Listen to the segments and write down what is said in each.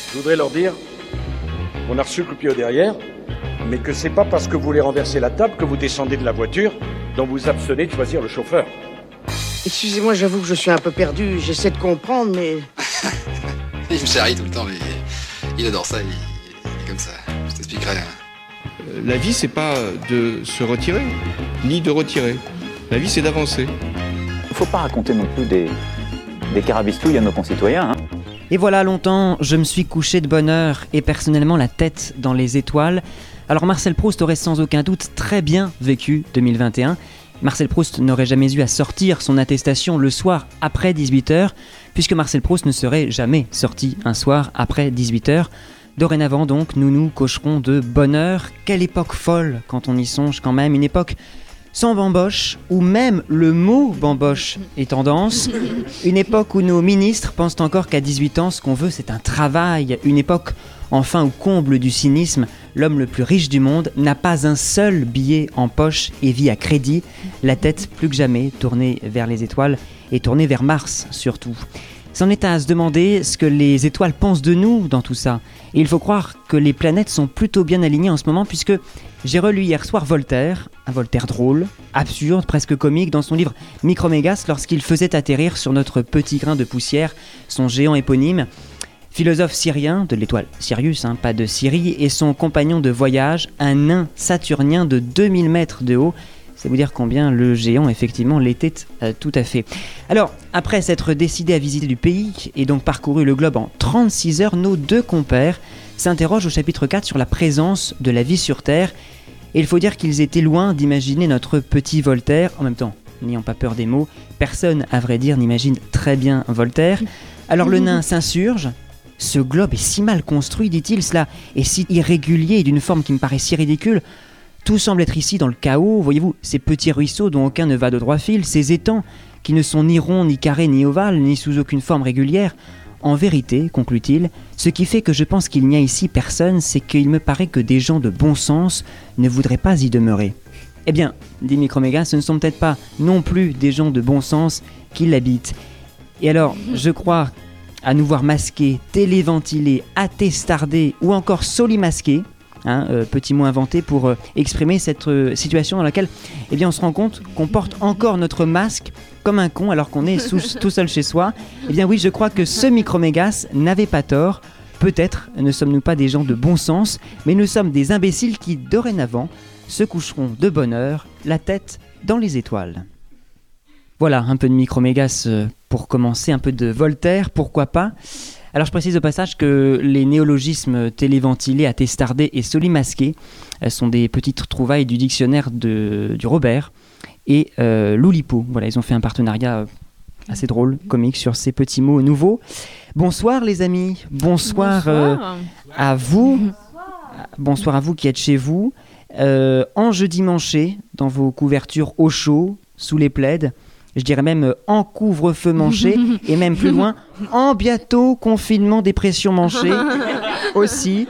Je voudrais leur dire qu'on a reçu le coup de pied au derrière, mais que c'est pas parce que vous voulez renverser la table que vous descendez de la voiture, dont vous abstenez de choisir le chauffeur. Excusez-moi, j'avoue que je suis un peu perdu, j'essaie de comprendre, mais... Il me charrie tout le temps, mais il adore ça, il est comme ça. Je t'expliquerai. La vie, c'est pas de se retirer, ni de retirer. La vie, c'est d'avancer. Il faut pas raconter non plus des carabistouilles à nos concitoyens. Et voilà, longtemps, je me suis couché de bonne heure et personnellement la tête dans les étoiles. Alors Marcel Proust aurait sans aucun doute très bien vécu 2021. Marcel Proust n'aurait jamais eu à sortir son attestation le soir après 18h, puisque Marcel Proust ne serait jamais sorti un soir après 18h. Dorénavant donc, nous cocherons de bonheur. Quelle époque folle quand on y songe quand même, une époque sans bamboche, où même le mot bamboche est tendance. Une époque où nos ministres pensent encore qu'à 18 ans, ce qu'on veut, c'est un travail. Une époque, enfin, au comble du cynisme, l'homme le plus riche du monde n'a pas un seul billet en poche et vit à crédit, la tête plus que jamais tournée vers les étoiles et tournée vers Mars surtout. C'en est à se demander ce que les étoiles pensent de nous dans tout ça. Et il faut croire que les planètes sont plutôt bien alignées en ce moment, puisque j'ai relu hier soir Voltaire, un Voltaire drôle, absurde, presque comique, dans son livre Micromégas, lorsqu'il faisait atterrir sur notre petit grain de poussière son géant éponyme. Philosophe syrien, de l'étoile Sirius, pas de Syrie, et son compagnon de voyage, un nain saturnien de 2000 mètres de haut. C'est vous dire combien le géant, effectivement, l'était tout à fait. Alors, après s'être décidé à visiter du pays, et donc parcouru le globe en 36 heures, nos deux compères s'interrogent au chapitre 4 sur la présence de la vie sur Terre. Et il faut dire qu'ils étaient loin d'imaginer notre petit Voltaire. En même temps, n'ayant pas peur des mots, personne, à vrai dire, n'imagine très bien Voltaire. Alors le nain s'insurge. « Ce globe est si mal construit, dit-il, cela est si irrégulier et d'une forme qui me paraît si ridicule. Tout semble être ici dans le chaos, voyez-vous, ces petits ruisseaux dont aucun ne va de droit fil, ces étangs qui ne sont ni ronds, ni carrés, ni ovales, ni sous aucune forme régulière. En vérité, conclut-il, ce qui fait que je pense qu'il n'y a ici personne, c'est qu'il me paraît que des gens de bon sens ne voudraient pas y demeurer. » Eh bien, dit Micromégas, ce ne sont peut-être pas non plus des gens de bon sens qui l'habitent. Et alors, je crois à nous voir masqués, téléventilés, attestardés ou encore solimasqués, petit mot inventé pour exprimer cette situation dans laquelle on se rend compte qu'on porte encore notre masque comme un con alors qu'on est tout seul chez soi. Eh bien oui, je crois que ce Micromégas n'avait pas tort. Peut-être ne sommes-nous pas des gens de bon sens, mais nous sommes des imbéciles qui, dorénavant, se coucheront de bonne heure, la tête dans les étoiles. Voilà, un peu de Micromégas pour commencer, un peu de Voltaire, pourquoi pas. Alors je précise au passage que les néologismes téléventilés, attestardés et solimasqués sont des petites trouvailles du dictionnaire du Robert et Loulipo. Voilà, ils ont fait un partenariat assez drôle, comique, sur ces petits mots nouveaux. Bonsoir les amis, bonsoir. À vous. Bonsoir à vous qui êtes chez vous, enjedimanché dans vos couvertures au chaud, sous les plaids. Je dirais même en couvre-feu manché, et même plus loin, en bientôt confinement dépression manché aussi.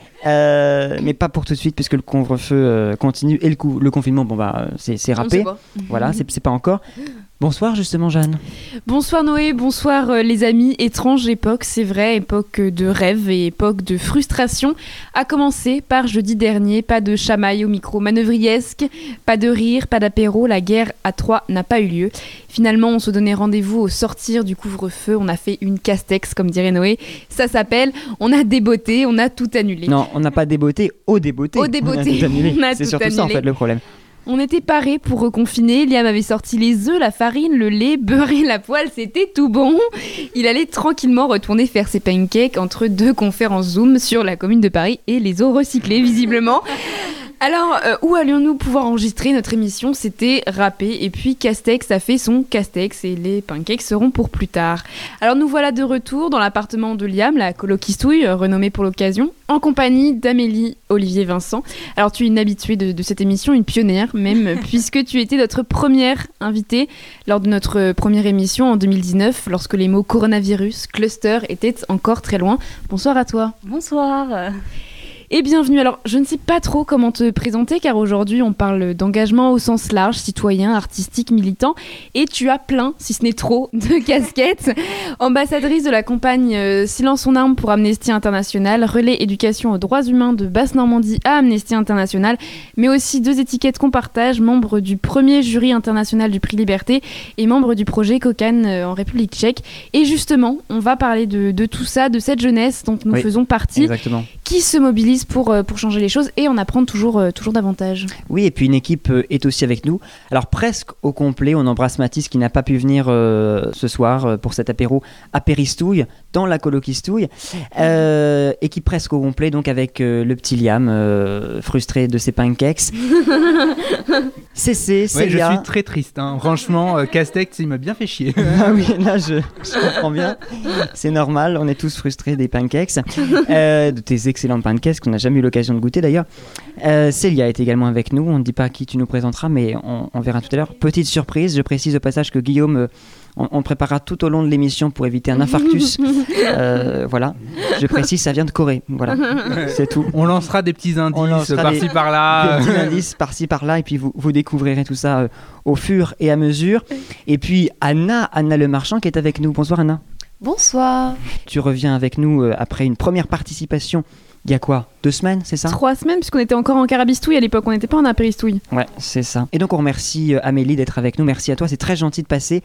Mais pas pour tout de suite, puisque le couvre-feu continue, et le confinement, c'est râpé. Voilà, c'est pas encore. Bonsoir justement Jeanne. Bonsoir Noé, bonsoir les amis. Étrange époque, c'est vrai, époque de rêve et époque de frustration. À commencer par jeudi dernier, pas de chamaille au micro manœuvriesque, pas de rire, pas d'apéro, la guerre à Troyes n'a pas eu lieu. Finalement, on se donnait rendez-vous au sortir du couvre-feu, on a fait une castex comme dirait Noé. Ça s'appelle, on a déboté, on a tout annulé. Non, on n'a pas déboté, au déboté. Au déboté, on a tout annulé. On a c'est tout surtout annulé. Ça en fait le problème. On était parés pour reconfiner, Liam avait sorti les œufs, la farine, le lait, beurré la poêle, c'était tout bon. Il allait tranquillement retourner faire ses pancakes entre deux conférences Zoom sur la Commune de Paris et les eaux recyclées visiblement. Alors, où allions-nous pouvoir enregistrer notre émission ? C'était râpé, et puis Castex a fait son Castex, et les pancakes seront pour plus tard. Alors nous voilà de retour dans l'appartement de Liam, la colokistouille, renommée pour l'occasion, en compagnie d'Amélie Olivier Vincent. Alors tu es une habituée de cette émission, une pionnière même, puisque tu étais notre première invitée lors de notre première émission en 2019, lorsque les mots coronavirus, cluster étaient encore très loin. Bonsoir à toi. Bonsoir. Et bienvenue. Alors, je ne sais pas trop comment te présenter car aujourd'hui on parle d'engagement au sens large, citoyen, artistique, militant. Et tu as plein, si ce n'est trop, de casquettes. Ambassadrice de la campagne Silence en armes pour Amnesty International, relais éducation aux droits humains de Basse-Normandie à Amnesty International, mais aussi 2 étiquettes qu'on partage, membre du premier jury international du prix Liberté et membre du projet Cocane en République tchèque. Et justement, on va parler de tout ça, de cette jeunesse dont nous faisons partie. Exactement. Qui se mobilise pour changer les choses et en apprendre toujours davantage. Oui, et puis une équipe est aussi avec nous. Alors presque au complet, on embrasse Mathis qui n'a pas pu venir ce soir pour cet apéristouille dans la colokistouille. Équipe presque au complet, donc avec le petit Liam, frustré de ses pancakes. Cécé, Célia. Je suis très triste, hein. Franchement, Castex, il m'a bien fait chier. Ah oui, là je comprends bien. C'est normal, on est tous frustrés des pancakes. De tes excellentes pancakes qu'on n'a jamais eu l'occasion de goûter d'ailleurs. Célia est également avec nous. On ne dit pas à qui tu nous présenteras, mais on verra tout à l'heure. Petite surprise, je précise au passage que Guillaume, on préparera tout au long de l'émission pour éviter un infarctus. Voilà, je précise, ça vient de Corée. Voilà, c'est tout. On lancera des petits indices par-ci par-là. Des petits indices par-ci par-là, et puis vous découvrirez tout ça au fur et à mesure. Et puis Anna Le Marchand qui est avec nous. Bonsoir Anna. Bonsoir. Tu reviens avec nous après une première participation. Il y a quoi, 2 semaines, c'est ça ? 3 semaines, puisqu'on était encore en carabistouille à l'époque, on n'était pas en apéristouille. Ouais, c'est ça. Et donc on remercie Amélie d'être avec nous, merci à toi, c'est très gentil de passer.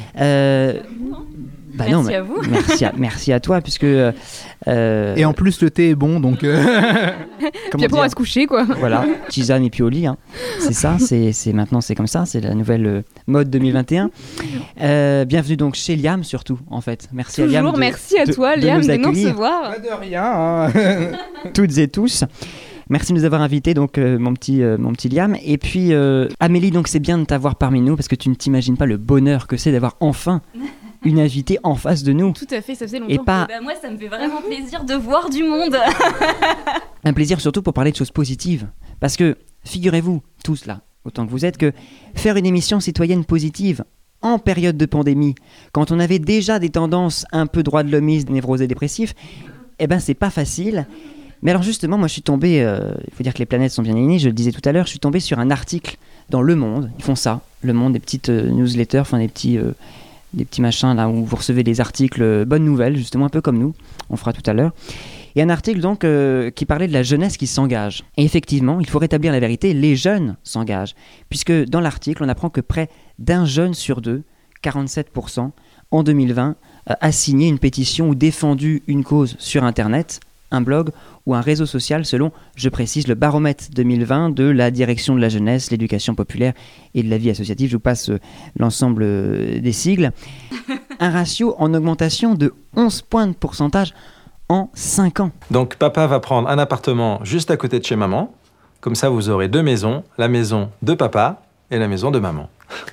Merci à vous. Merci à toi, puisque... Et en plus, le thé est bon, donc... Puis après, on va se coucher, quoi. Voilà, tisane et puis au lit, hein. C'est ça, maintenant c'est comme ça, c'est la nouvelle mode 2021. Bienvenue donc chez Liam, surtout, en fait. Merci à Liam. Toujours merci à toi, Liam, de nous recevoir. Pas de rien, hein. Toutes et tous. Merci de nous avoir invités, donc mon petit Liam. Et puis Amélie, donc c'est bien de t'avoir parmi nous parce que tu ne t'imagines pas le bonheur que c'est d'avoir enfin une invitée en face de nous. Tout à fait, ça faisait longtemps. Et pas... moi, ça me fait vraiment plaisir de voir du monde. Un plaisir surtout pour parler de choses positives. Parce que figurez-vous tous là, autant que vous êtes, que faire une émission citoyenne positive en période de pandémie, quand on avait déjà des tendances un peu droit de l'hommisme, névrosés, dépressifs, eh ben c'est pas facile. Mais alors justement, moi je suis tombé, il faut dire que les planètes sont bien alignées, je le disais tout à l'heure, je suis tombé sur un article dans Le Monde, ils font ça, Le Monde, des petites newsletters, enfin des petits machins là où vous recevez des articles bonnes nouvelles, justement un peu comme nous, on fera tout à l'heure. Et un article donc qui parlait de la jeunesse qui s'engage. Et effectivement, il faut rétablir la vérité, les jeunes s'engagent. Puisque dans l'article, on apprend que près d'1 jeune sur 2, 47%, en 2020, a signé une pétition ou défendu une cause sur Internet, un blog ou un réseau social selon, je précise, le baromètre 2020 de la direction de la jeunesse, l'éducation populaire et de la vie associative. Je vous passe l'ensemble des sigles. Un ratio en augmentation de 11 points de pourcentage en 5 ans. Donc papa va prendre un appartement juste à côté de chez maman. Comme ça, vous aurez 2 maisons, la maison de papa et la maison de maman.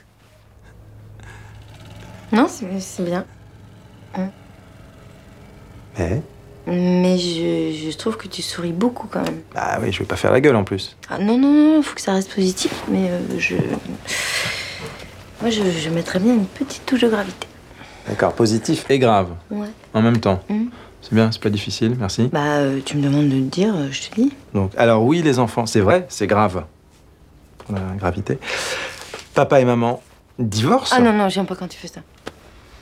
Non, c'est bien. Mais je trouve que tu souris beaucoup quand même. Bah oui, je vais pas faire la gueule en plus. Ah, non, faut que ça reste positif, mais Moi, je mettrais bien une petite touche de gravité. D'accord, positif et grave. Ouais. En même temps. C'est bien, c'est pas difficile, merci. Bah, tu me demandes de te dire, je te dis. Donc, alors oui, les enfants, c'est vrai, c'est grave. Pour la gravité. Papa et maman divorcent. Ah non, j'aime pas quand tu fais ça. Pourquoi ?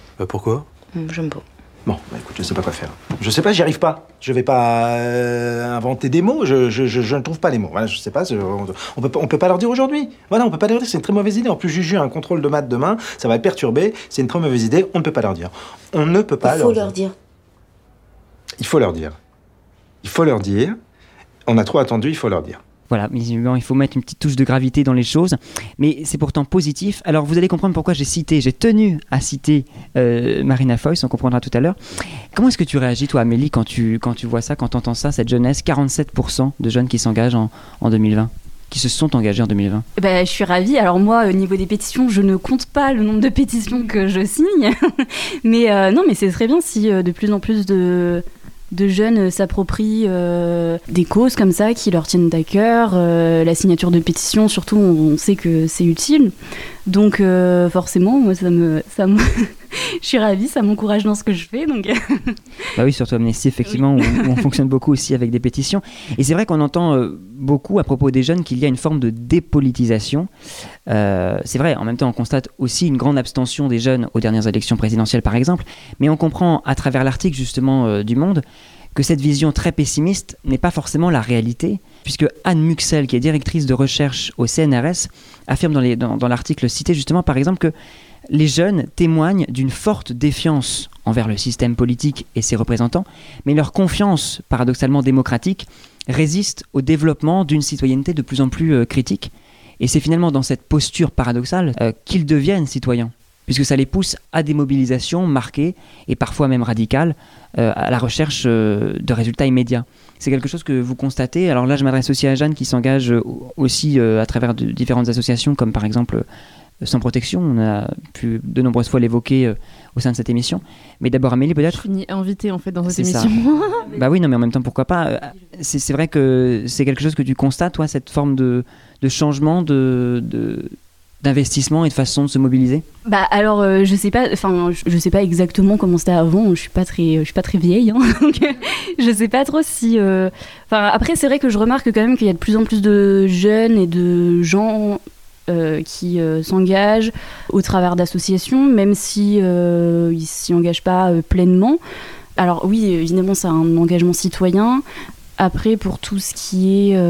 J'aime pas. Bon, bah écoute, je sais pas quoi faire. Je sais pas, j'y arrive pas. Je vais pas inventer des mots, je ne trouve pas les mots. Voilà, je sais pas, on peut pas leur dire aujourd'hui. Voilà, on peut pas leur dire, c'est une très mauvaise idée. En plus, Juju a un contrôle de maths demain, ça va être perturbé, c'est une très mauvaise idée, on ne peut pas leur dire. On ne peut pas leur dire. Il faut leur dire. Il faut leur dire. Il faut leur dire. On a trop attendu, il faut leur dire. Voilà, mais il faut mettre une petite touche de gravité dans les choses, mais c'est pourtant positif. Alors vous allez comprendre pourquoi j'ai tenu à citer Marina Foïs, on comprendra tout à l'heure. Comment est-ce que tu réagis, toi, Amélie, quand tu vois ça, quand tu entends ça, cette jeunesse, 47% de jeunes qui s'engagent en 2020, qui se sont engagés en 2020 ? Je suis ravie. Alors moi, au niveau des pétitions, je ne compte pas le nombre de pétitions que je signe, mais non, mais c'est très bien si de plus en plus de jeunes s'approprient des causes comme ça qui leur tiennent à cœur. La signature de pétition, surtout, on sait que c'est utile. Donc forcément, moi, ça me je suis ravie, ça m'encourage dans ce que je fais. Donc bah oui, surtout Amnesty, effectivement, oui. où on fonctionne beaucoup aussi avec des pétitions. Et c'est vrai qu'on entend beaucoup à propos des jeunes qu'il y a une forme de dépolitisation. C'est vrai, en même temps, on constate aussi une grande abstention des jeunes aux dernières élections présidentielles, par exemple. Mais on comprend à travers l'article, justement, du Monde, que cette vision très pessimiste n'est pas forcément la réalité, puisque Anne Muxel, qui est directrice de recherche au CNRS, affirme dans l'article cité justement, par exemple, que les jeunes témoignent d'une forte défiance envers le système politique et ses représentants, mais leur confiance, paradoxalement démocratique, résiste au développement d'une citoyenneté de plus en plus critique. Et c'est finalement dans cette posture paradoxale qu'ils deviennent citoyens, puisque ça les pousse à des mobilisations marquées et parfois même radicales à la recherche de résultats immédiats. C'est quelque chose que vous constatez. Alors là, je m'adresse aussi à Jeanne qui s'engage aussi à travers différentes associations comme par exemple Sans Protection. On a pu de nombreuses fois l'évoquer au sein de cette émission. Mais d'abord Amélie peut-être. Je finis invitée en fait dans cette émission. Bah oui, non mais en même temps pourquoi pas. C'est vrai que c'est quelque chose que tu constates, toi, cette forme de changement d'investissement et de façon de se mobiliser. Bah alors je sais pas exactement comment c'était avant. Je suis pas très vieille, hein, donc je sais pas trop si. Après c'est vrai que je remarque quand même qu'il y a de plus en plus de jeunes et de gens qui s'engagent au travers d'associations, même si ils s'y engagent pas pleinement. Alors oui, évidemment c'est un engagement citoyen. Après pour tout ce qui est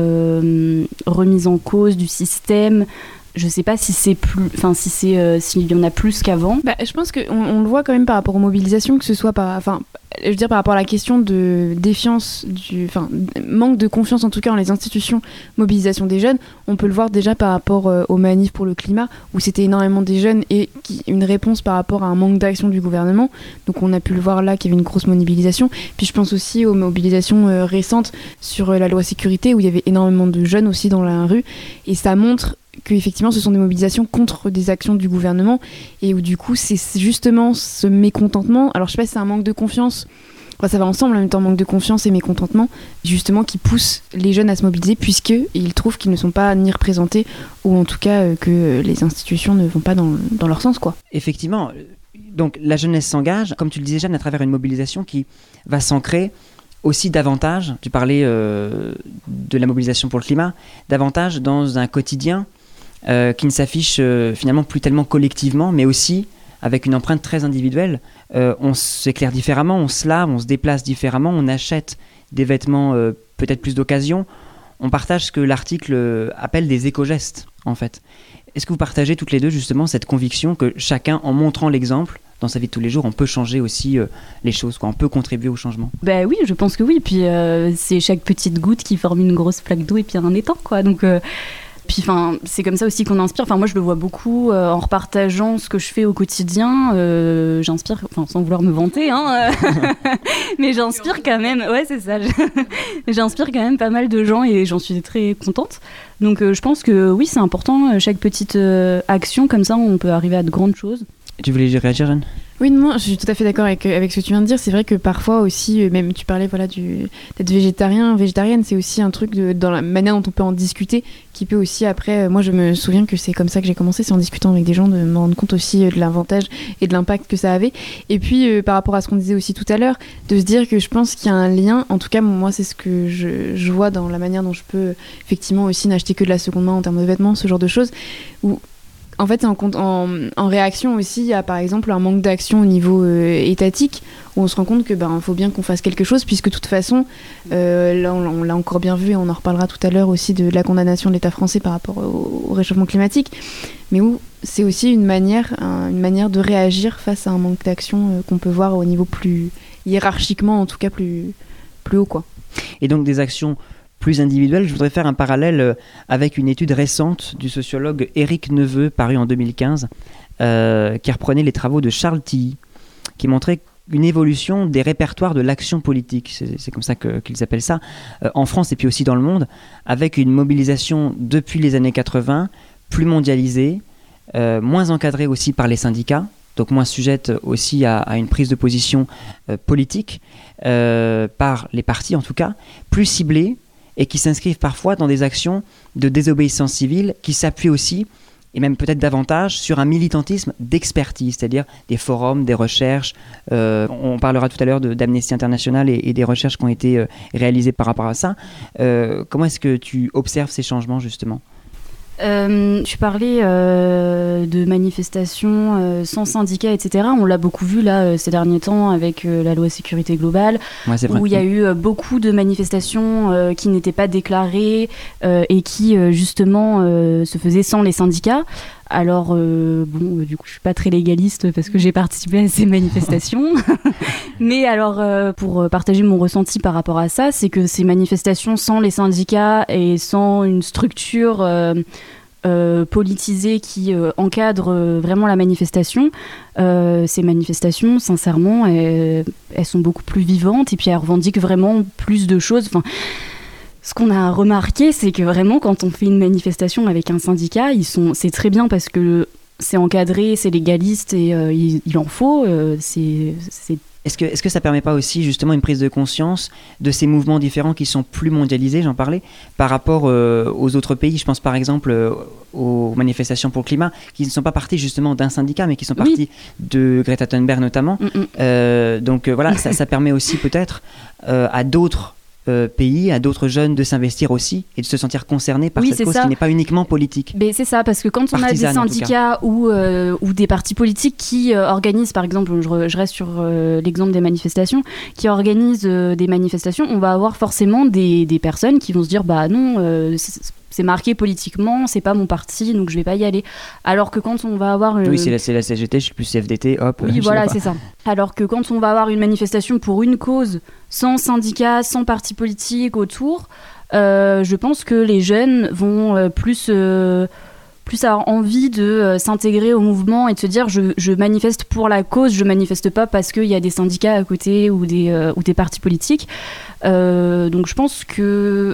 remise en cause du système. Je sais pas si c'est plus, s'il y en a plus qu'avant. Bah, je pense qu'on le voit quand même par rapport aux mobilisations, que ce soit par rapport à la question de défiance, manque de confiance en tout cas dans les institutions, mobilisation des jeunes. On peut le voir déjà par rapport aux manifs pour le climat, où c'était énormément des jeunes et une réponse par rapport à un manque d'action du gouvernement. Donc on a pu le voir là qu'il y avait une grosse mobilisation. Puis je pense aussi aux mobilisations récentes sur la loi sécurité, où il y avait énormément de jeunes aussi dans la rue, et ça montre qu'effectivement ce sont des mobilisations contre des actions du gouvernement, et où du coup c'est justement ce mécontentement, alors je sais pas si c'est un manque de confiance, ça va ensemble en même temps, manque de confiance et mécontentement, justement qui pousse les jeunes à se mobiliser, puisqu'ils trouvent qu'ils ne sont pas ni représentés, ou en tout cas que les institutions ne vont pas dans leur sens, quoi. Effectivement, donc la jeunesse s'engage, comme tu le disais Jeanne, à travers une mobilisation qui va s'ancrer aussi davantage, tu parlais de la mobilisation pour le climat, davantage dans un quotidien qui ne s'affiche finalement plus tellement collectivement, mais aussi avec une empreinte très individuelle. On s'éclaire différemment, on se lave, on se déplace différemment, on achète des vêtements peut-être plus d'occasion. On partage ce que l'article appelle des éco-gestes, en fait. Est-ce que vous partagez toutes les deux justement cette conviction que chacun, en montrant l'exemple, dans sa vie de tous les jours, on peut changer aussi les choses, quoi. On peut contribuer au changement. Bah oui, je pense que oui. Puis c'est chaque petite goutte qui forme une grosse flaque d'eau et puis un étang, quoi. Donc puis c'est comme ça aussi qu'on inspire. Moi je le vois beaucoup en repartageant ce que je fais au quotidien. J'inspire, sans vouloir me vanter, hein, mais j'inspire quand même. Ouais, c'est ça. J'inspire quand même pas mal de gens et j'en suis très contente. Donc je pense que oui, c'est important. Chaque petite action comme ça, on peut arriver à de grandes choses. Tu voulais réagir, Jeanne ? Oui, non, je suis tout à fait d'accord avec ce que tu viens de dire. C'est vrai que parfois aussi, même tu parlais d'être végétarienne, c'est aussi un truc dans la manière dont on peut en discuter, qui peut aussi après, moi je me souviens que c'est comme ça que j'ai commencé, c'est en discutant avec des gens, de me rendre compte aussi de l'avantage et de l'impact que ça avait. Et puis par rapport à ce qu'on disait aussi tout à l'heure, de se dire que je pense qu'il y a un lien, en tout cas moi c'est ce que je vois dans la manière dont je peux effectivement aussi n'acheter que de la seconde main en termes de vêtements, ce genre de choses, où en fait, en réaction aussi à, par exemple, un manque d'action au niveau étatique, où on se rend compte que faut bien qu'on fasse quelque chose, puisque de toute façon, là on l'a encore bien vu, et on en reparlera tout à l'heure aussi de la condamnation de l'État français par rapport au réchauffement climatique, mais où c'est aussi une manière de réagir face à un manque d'action qu'on peut voir au niveau plus hiérarchiquement, en tout cas plus haut, quoi. Et donc des actions plus individuelle, je voudrais faire un parallèle avec une étude récente du sociologue Éric Neveu, parue en 2015, qui reprenait les travaux de Charles Tilly, qui montrait une évolution des répertoires de l'action politique, c'est comme ça qu'ils appellent ça, en France et puis aussi dans le monde, avec une mobilisation depuis les années 80, plus mondialisée, moins encadrée aussi par les syndicats, donc moins sujettes aussi à une prise de position politique, par les partis en tout cas, plus ciblées et qui s'inscrivent parfois dans des actions de désobéissance civile qui s'appuient aussi, et même peut-être davantage, sur un militantisme d'expertise, c'est-à-dire des forums, des recherches. On parlera tout à l'heure d'Amnesty International et des recherches qui ont été réalisées par rapport à ça. Comment est-ce que tu observes ces changements, justement ? Tu parlais de manifestations sans syndicats, etc. On l'a beaucoup vu là ces derniers temps avec la loi sécurité globale, où il y a eu beaucoup de manifestations qui n'étaient pas déclarées et qui justement se faisaient sans les syndicats. Alors, du coup, je suis pas très légaliste parce que j'ai participé à ces manifestations. Mais alors, pour partager mon ressenti par rapport à ça, c'est que ces manifestations sans les syndicats et sans une structure politisée qui encadre vraiment la manifestation, ces manifestations, sincèrement, elles sont beaucoup plus vivantes et puis elles revendiquent vraiment plus de choses. Enfin, ce qu'on a remarqué, c'est que vraiment, quand on fait une manifestation avec un syndicat, c'est très bien parce que c'est encadré, c'est légaliste et il en faut. Est-ce que ça permet pas aussi justement une prise de conscience de ces mouvements différents qui sont plus mondialisés, j'en parlais, par rapport aux autres pays? Je pense par exemple aux manifestations pour le climat, qui ne sont pas parties justement d'un syndicat, mais qui sont parties de Greta Thunberg notamment. Donc voilà, ça permet aussi peut-être à d'autres pays, à d'autres jeunes de s'investir aussi et de se sentir concernés par cette cause qui n'est pas uniquement politique. Mais c'est ça, parce que quand on a des syndicats ou des partis politiques qui organisent, par exemple, je reste sur l'exemple des manifestations, qui organisent des manifestations, on va avoir forcément des personnes qui vont se dire bah non, c'est marqué politiquement, c'est pas mon parti, donc je vais pas y aller. Alors que quand on va avoir... Oui, c'est la CGT, je suis plus CFDT, hop. Oui, voilà, c'est ça. Alors que quand on va avoir une manifestation pour une cause, sans syndicat, sans parti politique autour, je pense que les jeunes vont plus avoir envie de s'intégrer au mouvement et de se dire je manifeste pour la cause, je manifeste pas parce qu'il y a des syndicats à côté ou des partis politiques. Donc je pense que...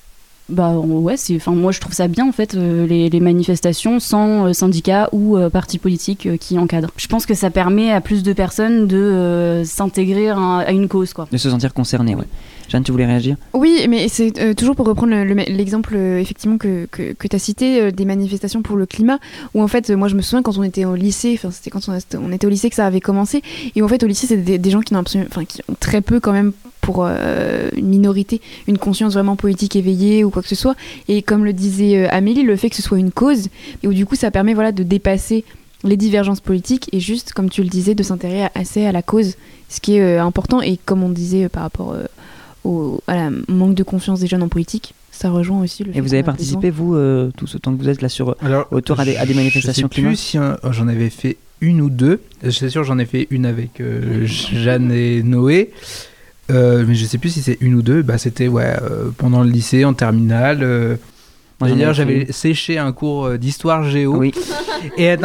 moi je trouve ça bien en fait, les manifestations sans syndicats ou partis politiques qui encadrent. Je pense que ça permet à plus de personnes de s'intégrer à une cause, quoi. De se sentir concernées, ouais. Jeanne, tu voulais réagir ? Oui, mais c'est toujours pour reprendre l'exemple effectivement que tu as cité des manifestations pour le climat, où en fait moi je me souviens quand on était au lycée, c'était quand on était au lycée que ça avait commencé, et en fait au lycée c'est des gens qui n'ont absolument, qui ont très peu quand même pour une minorité, une conscience vraiment politique éveillée ou quoi que ce soit. Et comme le disait Amélie, le fait que ce soit une cause, et où du coup ça permet de dépasser les divergences politiques et juste, comme tu le disais, de s'intéresser assez à la cause, ce qui est important. Et comme on disait par rapport à la manque de confiance des jeunes en politique, ça rejoint aussi le fait. Et vous avez participé, vous, tout ce temps que vous êtes là autour à des manifestations climat ? Je sais plus si j'en avais fait une ou deux. Je suis sûr j'en ai fait une avec Jeanne et Noé. Mais je sais plus si c'est une ou deux. C'était pendant le lycée, en terminale. D'ailleurs, j'avais séché un cours d'histoire géo. Oui. Et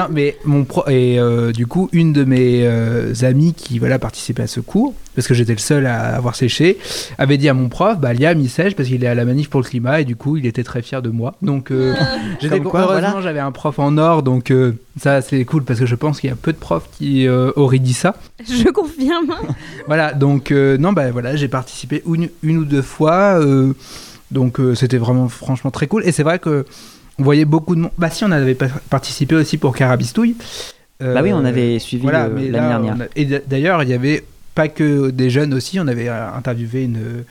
du coup, une de mes amies qui participait à ce cours, parce que j'étais le seul à avoir séché, avait dit à mon prof, Liam il sèche parce qu'il est à la manif pour le climat, et du coup il était très fier de moi. Donc heureusement j'avais un prof en or, donc ça c'est cool, parce que je pense qu'il y a peu de profs qui auraient dit ça. Je confirme. Voilà, donc j'ai participé une ou deux fois. Donc c'était vraiment franchement très cool. Et c'est vrai qu'on voyait beaucoup de monde. Si, on avait participé aussi pour Carabistouille. Oui, on avait suivi l'année dernière. Et d'ailleurs, il n'y avait pas que des jeunes aussi. On avait interviewé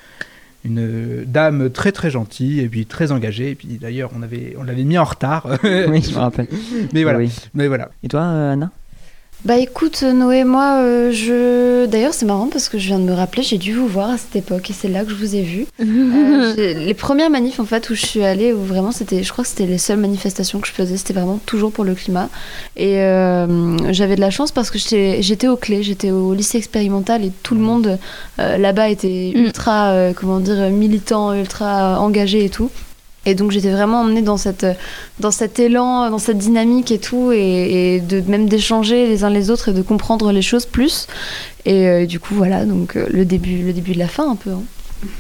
une dame très très gentille et puis très engagée. Et puis d'ailleurs, on l'avait mis en retard. Oui, je me rappelle. Mais voilà. Oui. Mais voilà. Et toi, Anna ? Écoute, Noé, moi, d'ailleurs, c'est marrant parce que je viens de me rappeler, j'ai dû vous voir à cette époque et c'est là que je vous ai vu. Les premières manifs, en fait, où je suis allée, où vraiment, je crois que c'était les seules manifestations que je faisais, c'était vraiment toujours pour le climat. Et j'avais de la chance parce que j'étais au Clé, j'étais au lycée expérimental et tout le monde là-bas était ultra, militant, ultra engagé et tout. Et donc j'étais vraiment emmenée dans cet élan, dans cette dynamique et tout, et même d'échanger les uns les autres et de comprendre les choses plus. Et du coup voilà, donc le début de la fin un peu.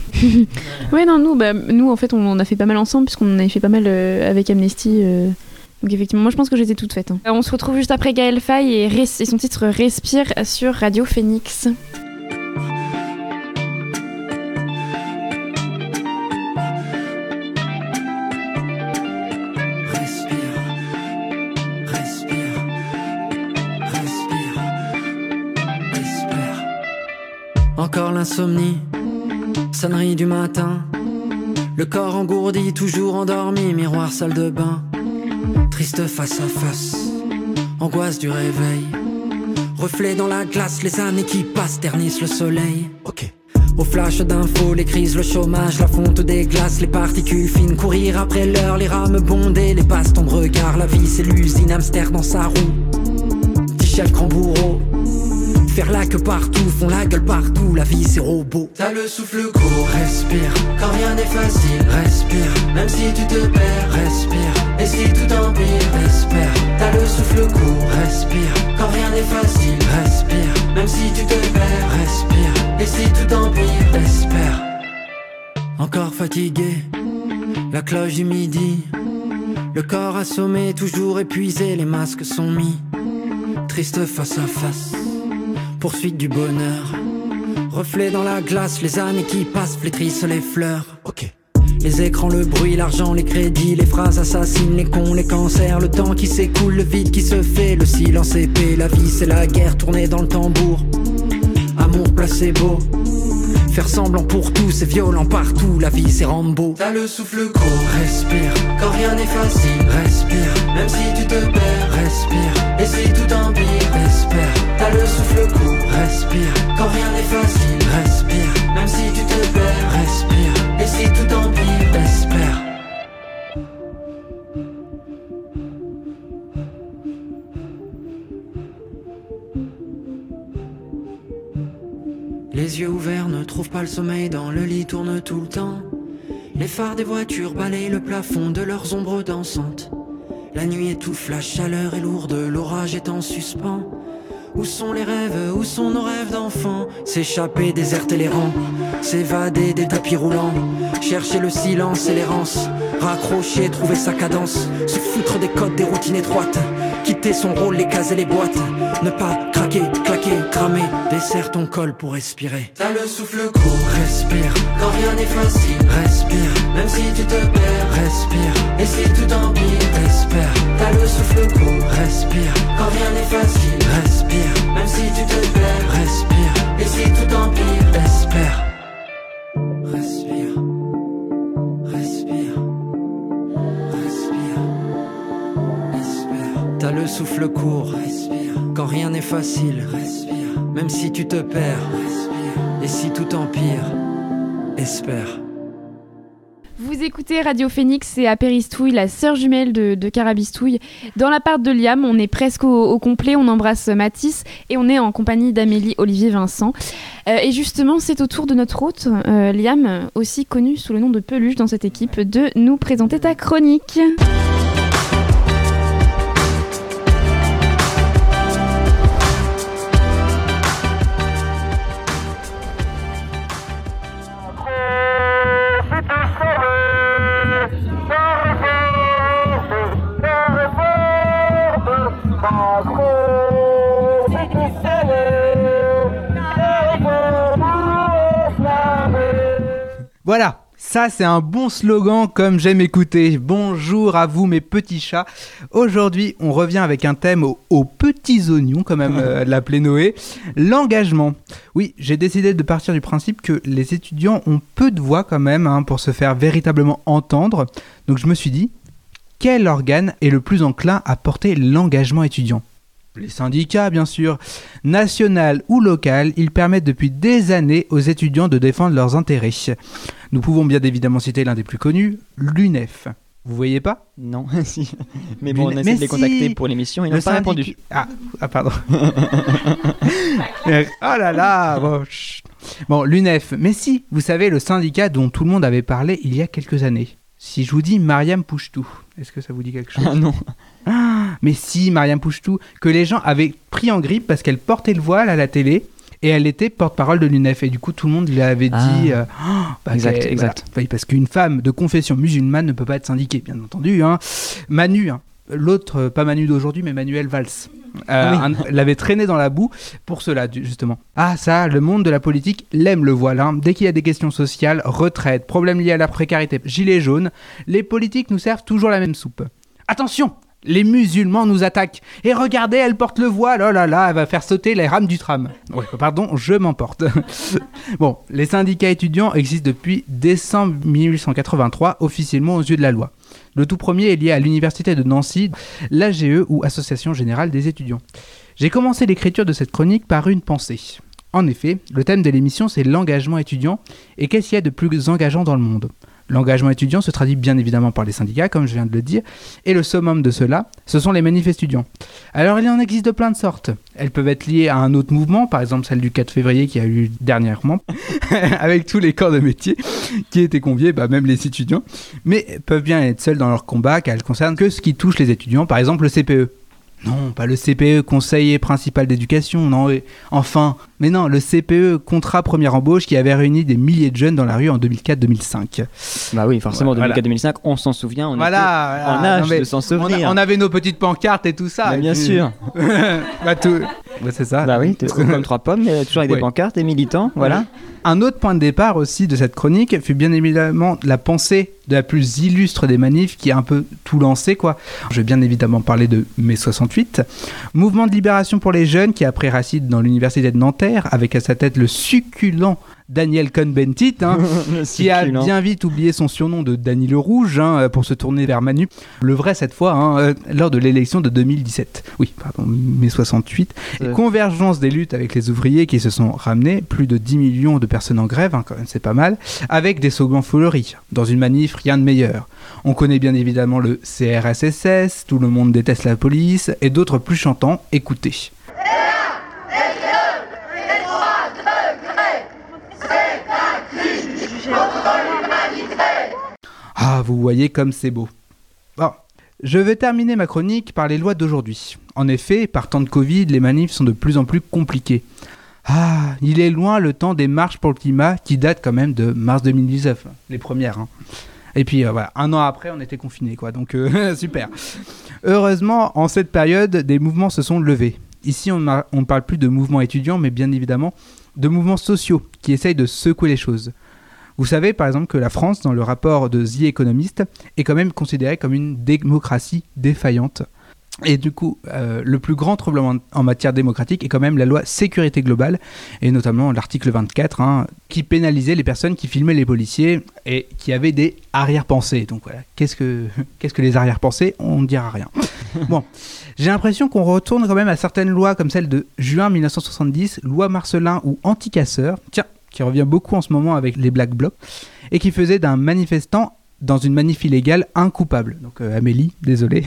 Ouais, non, nous en fait on a fait pas mal ensemble, puisqu'on avait fait pas mal avec Amnesty Donc effectivement, moi je pense que j'étais toute faite. On se retrouve juste après Gaël Faye et son titre Respire sur Radio Phoenix. Encore l'insomnie, sonnerie du matin, le corps engourdi, toujours endormi, miroir salle de bain, triste face à face, angoisse du réveil, reflet dans la glace, les années qui passent ternissent le soleil. Au flash d'infos, les crises, le chômage, la fonte des glaces, les particules fines, courir après l'heure, les rames bondées, les bastons de regard, la vie c'est l'usine, hamster dans sa roue, petit chef grand bourreau. Faire la queue partout, font la gueule partout, la vie c'est robot. T'as le souffle court, respire, quand rien n'est facile, respire. Même si tu te perds, respire. Et si tout empire, espère. T'as le souffle court, respire, quand rien n'est facile, respire. Même si tu te perds, respire. Et si tout empire, espère. Encore fatigué, la cloche du midi, le corps assommé, toujours épuisé, les masques sont mis. Triste face à face, poursuite du bonheur, reflet dans la glace, les années qui passent flétrissent les fleurs. Les écrans, le bruit, l'argent, les crédits, les phrases assassines, les cons, les cancers, le temps qui s'écoule, le vide qui se fait, le silence épais, la vie c'est la guerre tournée dans le tambour. Amour placebo, faire semblant pour tout, c'est violent partout, la vie c'est Rambo. T'as le souffle court, respire, quand rien n'est facile, respire. Même si tu te perds, respire. Et si tout empire, espère. T'as le souffle court, respire, quand rien n'est facile, respire. Même si tu te perds, respire. Et si tout empire, espère. Les yeux ouverts ne trouvent pas le sommeil, dans le lit tournent tout le temps. Les phares des voitures balayent le plafond de leurs ombres dansantes. La nuit étouffe, la chaleur est lourde, l'orage est en suspens. Où sont les rêves, où sont nos rêves d'enfants? S'échapper, déserter les rangs, s'évader des tapis roulants, chercher le silence et l'errance, raccrocher, trouver sa cadence, se foutre des codes, des routines étroites, quitter son rôle, les cases et les boîtes, ne pas craquer, claquer, cramer, desserre ton col pour respirer. T'as le souffle court, respire, quand rien n'est facile, respire, même si tu te perds, respire, et si tout empire, espère. T'as le souffle court, respire, quand rien n'est facile, respire, même si tu te perds, respire, et si tout empire, espère. Respire, respire, respire, espère. T'as le souffle court, respire, quand rien n'est facile, respire, même si tu te perds, respire, et si tout empire, espère. Vous écoutez Radio Phoenix et Apéristouille, la sœur jumelle de Carabistouille. Dans l'appart de Liam, on est presque au complet, on embrasse Mathis et on est en compagnie d'Amélie, Olivier, Vincent. Et justement, c'est au tour de notre hôte, Liam, aussi connu sous le nom de Peluche dans cette équipe, de nous présenter ta chronique. Voilà, ça c'est un bon slogan comme j'aime écouter. Bonjour à vous mes petits chats. Aujourd'hui on revient avec un thème aux petits oignons, comme même l'appelait Noé, l'engagement. Oui, j'ai décidé de partir du principe que les étudiants ont peu de voix quand même pour se faire véritablement entendre. Donc je me suis dit, quel organe est le plus enclin à porter l'engagement étudiant ? Les syndicats, bien sûr. National ou local, ils permettent depuis des années aux étudiants de défendre leurs intérêts. Nous pouvons bien évidemment citer l'un des plus connus, l'UNEF. Vous voyez pas ? Non, si. Mais bon, on a essayé de les contacter pour l'émission, ils n'ont pas répondu. Ah, pardon. Oh là là bon, bon, l'UNEF. Mais si, vous savez, le syndicat dont tout le monde avait parlé il y a quelques années. Si je vous dis Mariam Pouchtou, est-ce que ça vous dit quelque chose ? Ah non. Mais si, Mariam Pouchtou, que les gens avaient pris en grippe parce qu'elle portait le voile à la télé et elle était porte-parole de l'UNEF. Et du coup, tout le monde lui avait dit... exact. Voilà, parce qu'une femme de confession musulmane ne peut pas être syndiquée, bien entendu. Manu, l'autre, pas Manu d'aujourd'hui, mais Manuel Valls. L'avait traîné dans la boue pour cela, justement. Ah ça, le monde de la politique l'aime le voile. Dès qu'il y a des questions sociales, retraite, problèmes liés à la précarité, gilets jaunes, les politiques nous servent toujours la même soupe. Attention, les musulmans nous attaquent. Et regardez, elle porte le voile. Oh là là, elle va faire sauter les rames du tram. Ouais, pardon, je m'emporte. Bon, les syndicats étudiants existent depuis décembre 1883, officiellement aux yeux de la loi. Le tout premier est lié à l'université de Nancy, l'AGE ou Association Générale des Étudiants. J'ai commencé l'écriture de cette chronique par une pensée. En effet, le thème de l'émission c'est l'engagement étudiant et qu'est-ce qu'il y a de plus engageant dans le monde ? L'engagement étudiant se traduit bien évidemment par les syndicats, comme je viens de le dire, et le summum de cela, ce sont les manifs étudiants. Alors il en existe de plein de sortes. Elles peuvent être liées à un autre mouvement, par exemple celle du 4 février qui a eu dernièrement, avec tous les corps de métier qui étaient conviés, même les étudiants, mais peuvent bien être seules dans leur combat, car elles concernent que ce qui touche les étudiants, par exemple le CPE. Non, pas le CPE, conseiller principal d'éducation, non, mais non, le CPE, contrat première embauche, qui avait réuni des milliers de jeunes dans la rue en 2004-2005. Bah oui, forcément, 2004-2005, on s'en souvient, on était en âge de s'en souvenir. On avait nos petites pancartes et tout ça. Mais bien sûr. C'est ça. Bah oui, comme 3 pommes, mais toujours avec des pancartes et militants, voilà. Un autre point de départ aussi de cette chronique fut bien évidemment la pensée de la plus illustre des manifs qui a un peu tout lancé, quoi. Je vais bien évidemment parler de mai 68, mouvement de libération pour les jeunes qui a pris racine dans l'université de Nanterre avec à sa tête le succulent Daniel Cohn-Bendit, qui a bien vite oublié son surnom de Danny le Rouge pour se tourner vers Manu. Le vrai cette fois, lors de l'élection de 2017. Oui, pardon, mai 68. Et convergence des luttes avec les ouvriers qui se sont ramenés, plus de 10 millions de personnes en grève, quand même c'est pas mal, avec des slogans fleuris. Dans une manif, rien de meilleur. On connaît bien évidemment le CRSSS, tout le monde déteste la police, et d'autres plus chantants, écoutez. Ah, vous voyez comme c'est beau. Bon, je vais terminer ma chronique par les lois d'aujourd'hui. En effet, par temps de Covid, les manifs sont de plus en plus compliqués. Ah, il est loin le temps des marches pour le climat qui datent quand même de mars 2019, les premières. Et puis voilà, 1 an après, on était confinés, quoi. Donc super. Heureusement, en cette période, des mouvements se sont levés. Ici, on ne parle plus de mouvements étudiants, mais bien évidemment de mouvements sociaux qui essayent de secouer les choses. Vous savez par exemple que la France, dans le rapport de The Economist, est quand même considérée comme une démocratie défaillante. Et du coup, le plus grand tremblement en matière démocratique est quand même la loi sécurité globale, et notamment l'article 24, qui pénalisait les personnes qui filmaient les policiers et qui avaient des arrière-pensées. Donc voilà, qu'est-ce que les arrière-pensées ? On ne dira rien. Bon, j'ai l'impression qu'on retourne quand même à certaines lois comme celle de juin 1970, loi Marcellin ou anti-casseurs, tiens, qui revient beaucoup en ce moment avec les Black Blocs, et qui faisait d'un manifestant dans une manif illégale un coupable. Donc Amélie, désolé.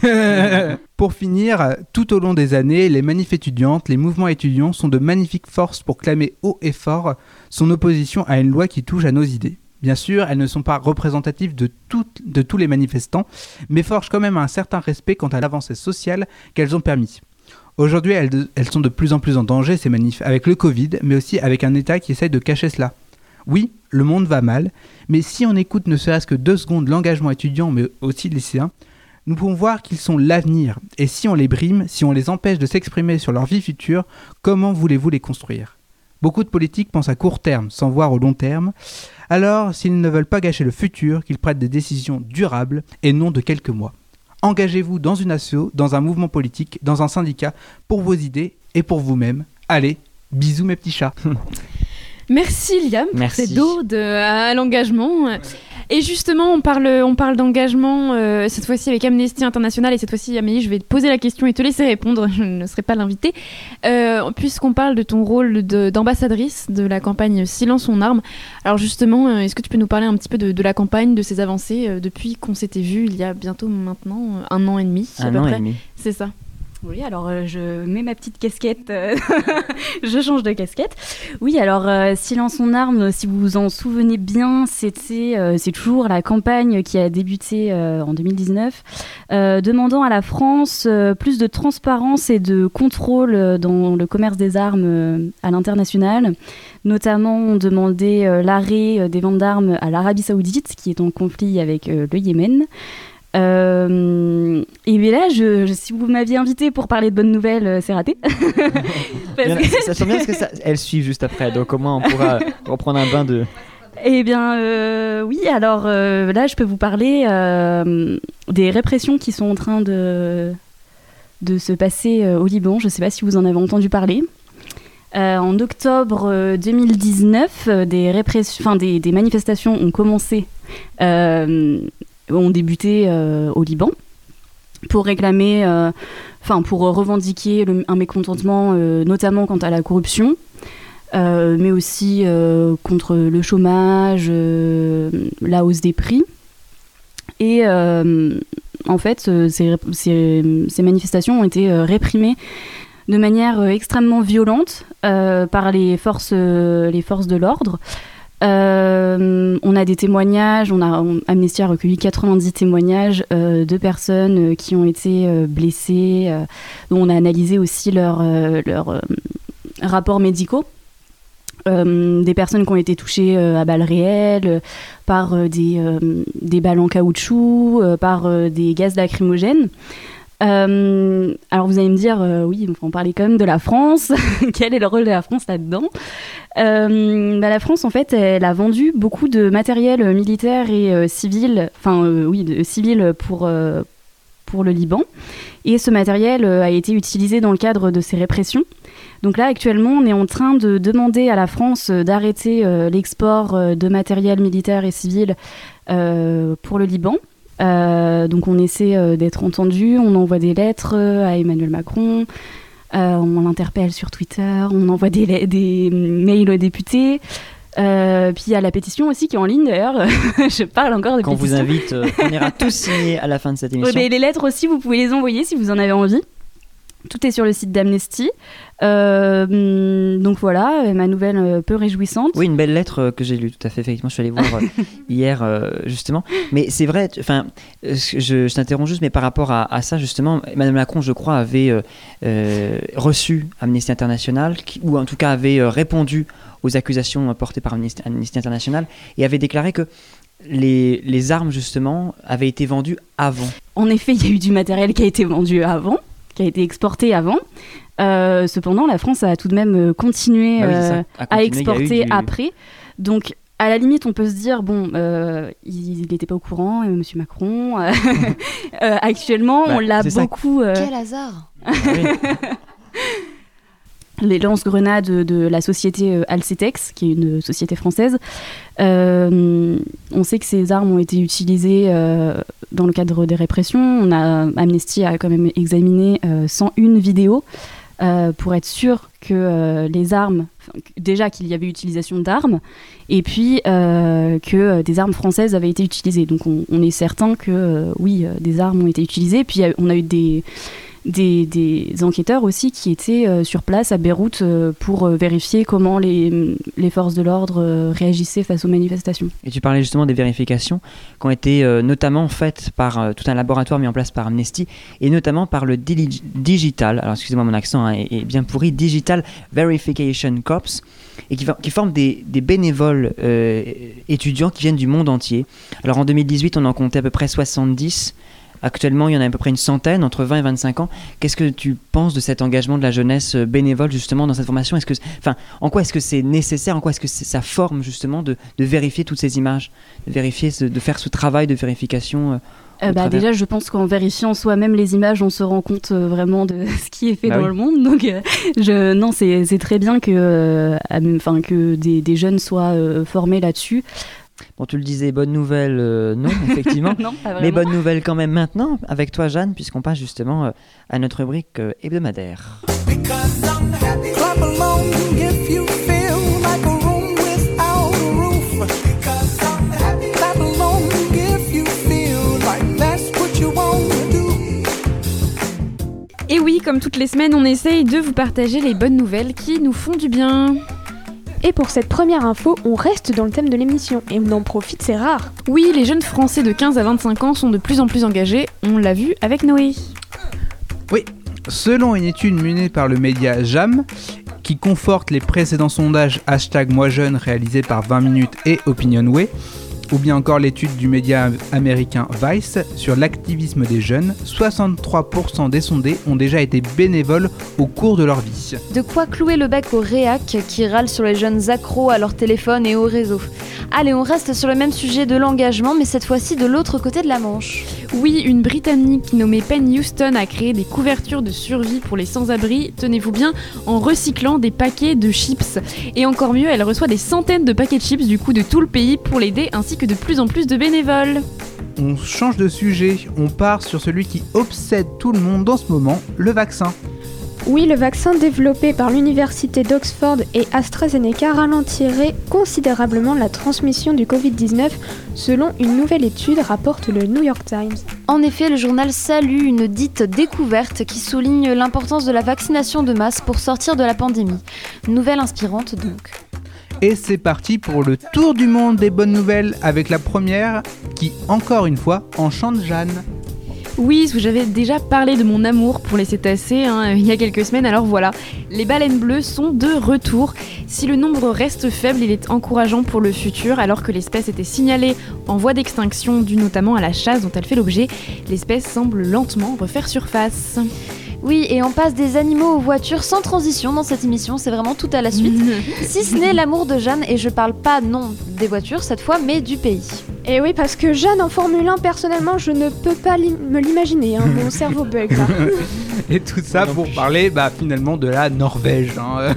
Pour finir, tout au long des années, les manifs étudiantes, les mouvements étudiants sont de magnifiques forces pour clamer haut et fort son opposition à une loi qui touche à nos idées. Bien sûr, elles ne sont pas représentatives de tous les manifestants, mais forgent quand même un certain respect quant à l'avancée sociale qu'elles ont permis. Aujourd'hui, elles sont de plus en plus en danger, ces manifs, avec le Covid, mais aussi avec un État qui essaye de cacher cela. Oui, le monde va mal, mais si on écoute ne serait-ce que 2 secondes l'engagement étudiant, mais aussi lycéen, nous pouvons voir qu'ils sont l'avenir. Et si on les brime, si on les empêche de s'exprimer sur leur vie future, comment voulez-vous les construire ? Beaucoup de politiques pensent à court terme, sans voir au long terme. Alors, s'ils ne veulent pas gâcher le futur, qu'ils prennent des décisions durables et non de quelques mois. Engagez-vous dans une asso, dans un mouvement politique, dans un syndicat, pour vos idées et pour vous-même. Allez, bisous mes petits chats. Merci Liam pour cette ode à l'engagement. Et justement, on parle d'engagement cette fois-ci avec Amnesty International, et cette fois-ci, Amélie, je vais te poser la question et te laisser répondre, je ne serai pas l'invitée, puisqu'on parle de ton rôle d'ambassadrice de la campagne Silence on arme. Alors justement, est-ce que tu peux nous parler un petit peu de la campagne, de ses avancées depuis qu'on s'était vu il y a bientôt maintenant 1 an et demi à peu près. C'est ça. Oui, alors je mets ma petite casquette, je change de casquette. Oui, alors Silence on arme, si vous vous en souvenez bien, c'est toujours la campagne qui a débuté en 2019, demandant à la France plus de transparence et de contrôle dans le commerce des armes à l'international. Notamment, on demandait l'arrêt des ventes d'armes à l'Arabie Saoudite, qui est en conflit avec le Yémen. Et bien là, si vous m'aviez invité pour parler de bonnes nouvelles, c'est raté. Ça tombe bien parce que elles suivent juste après, donc au moins on pourra reprendre un bain de... Eh bien, oui, alors là, je peux vous parler des répressions qui sont en train de se passer au Liban. Je ne sais pas si vous en avez entendu parler. En octobre 2019, des manifestations ont commencé, ont débuté au Liban pour réclamer, pour revendiquer un mécontentement, notamment quant à la corruption. Mais aussi contre le chômage, la hausse des prix. Et en fait, ces manifestations ont été réprimées de manière extrêmement violente par les forces de l'ordre. On a des témoignages, Amnesty a recueilli 90 témoignages de personnes qui ont été blessées, dont on a analysé aussi leurs rapports médicaux. Des personnes qui ont été touchées à balles réelles, par des balles en caoutchouc, par des gaz lacrymogènes. Alors vous allez me dire, oui, on parlait quand même de la France. Quel est le rôle de la France là-dedans ? La France, en fait, elle a vendu beaucoup de matériel militaire et civil, civil pour le Liban. Et ce matériel a été utilisé dans le cadre de ces répressions. Donc là, actuellement, on est en train de demander à la France d'arrêter l'export de matériel militaire et civil pour le Liban. Donc on essaie d'être entendu, on envoie des lettres à Emmanuel Macron, on l'interpelle sur Twitter, on envoie des mails aux députés. Puis il y a la pétition aussi qui est en ligne d'ailleurs. Je parle encore de pétition. Quand on vous invite, on ira tous signer à la fin de cette émission. Mais les lettres aussi, vous pouvez les envoyer si vous en avez envie. Tout est sur le site d'Amnesty. Donc voilà, ma nouvelle peu réjouissante. Oui, une belle lettre que j'ai lue, tout à fait. Effectivement, je suis allé voir hier, justement. Mais c'est vrai, je t'interromps juste, mais par rapport à ça, justement, Emmanuel Macron, je crois, avait reçu Amnesty International, ou en tout cas avait répondu aux accusations portées par Amnesty International, et avait déclaré que les armes, justement, avaient été vendues avant. En effet, il y a eu du matériel qui a été vendu avant, qui a été exporté avant. Cependant, la France a tout de même continué à exporter après. Donc, à la limite, on peut se dire, il n'était pas au courant, Monsieur Macron. Actuellement, on l'a beaucoup... Quel hasard. Les lance-grenades de la société Alcetex, qui est une société française. On sait que ces armes ont été utilisées dans le cadre des répressions. Amnesty a quand même examiné 101 vidéos pour être sûr que les armes, déjà qu'il y avait utilisation d'armes, et puis que des armes françaises avaient été utilisées. Donc on est certain que oui, des armes ont été utilisées. Puis on a eu des enquêteurs aussi qui étaient sur place à Beyrouth pour vérifier comment les forces de l'ordre réagissaient face aux manifestations. Et tu parlais justement des vérifications qui ont été notamment faites par tout un laboratoire mis en place par Amnesty, et notamment par le Digital, alors excusez-moi mon accent est bien pourri, Digital Verification Corps, et qui forment des bénévoles étudiants qui viennent du monde entier. Alors en 2018, on en comptait à peu près 70. Actuellement, il y en a à peu près une centaine, entre 20 et 25 ans. Qu'est-ce que tu penses de cet engagement de la jeunesse bénévole justement dans cette formation ? En quoi est-ce que c'est nécessaire ? En quoi est-ce que ça forme justement de vérifier toutes ces images, de faire ce travail de vérification Déjà, je pense qu'en vérifiant soi-même les images, on se rend compte vraiment de ce qui est fait dans le monde. Donc, c'est très bien que des jeunes soient formés là-dessus. Bon, tu le disais, bonne nouvelle, non, effectivement. Non, pas vraiment. Mais bonne nouvelle quand même maintenant, avec toi, Jeanne, puisqu'on passe justement à notre rubrique hebdomadaire. Et oui, comme toutes les semaines, on essaye de vous partager les bonnes nouvelles qui nous font du bien. Et pour cette première info, on reste dans le thème de l'émission et on en profite, c'est rare. Oui, les jeunes Français de 15 à 25 ans sont de plus en plus engagés, on l'a vu avec Noé. Oui, selon une étude menée par le média JAM, qui conforte les précédents sondages #MoiJeune réalisés par 20 minutes et OpinionWay, Ou bien encore l'étude du média américain Vice sur l'activisme des jeunes. 63% des sondés ont déjà été bénévoles au cours de leur vie. De quoi clouer le bec aux réacs qui râlent sur les jeunes accros à leur téléphone et au réseau. Allez, on reste sur le même sujet de l'engagement, mais cette fois-ci de l'autre côté de la Manche. Oui, une Britannique nommée Penn Houston a créé des couvertures de survie pour les sans-abri, tenez-vous bien, en recyclant des paquets de chips. Et encore mieux, elle reçoit des centaines de paquets de chips du coup de tout le pays pour l'aider, ainsi que de plus en plus de bénévoles. On change de sujet, on part sur celui qui obsède tout le monde en ce moment, le vaccin. Oui, le vaccin développé par l'université d'Oxford et AstraZeneca ralentirait considérablement la transmission du Covid-19 selon une nouvelle étude, rapporte le New York Times. En effet, le journal salue une dite découverte qui souligne l'importance de la vaccination de masse pour sortir de la pandémie. Nouvelle inspirante donc. Et c'est parti pour le tour du monde des bonnes nouvelles avec la première qui, encore une fois, enchante Jeanne. Oui, j'avais déjà parlé de mon amour pour les cétacés il y a quelques semaines, alors voilà, les baleines bleues sont de retour. Si le nombre reste faible, il est encourageant pour le futur, alors que l'espèce était signalée en voie d'extinction due notamment à la chasse dont elle fait l'objet. L'espèce semble lentement refaire surface. Oui, et on passe des animaux aux voitures sans transition dans cette émission, c'est vraiment tout à la suite. Si ce n'est l'amour de Jeanne, et je parle pas non des voitures cette fois, mais du pays. Et oui, parce que Jeanne en Formule 1, personnellement, je ne peux pas me l'imaginer, mon cerveau bug là. Et tout ça pour parler finalement de la Norvège.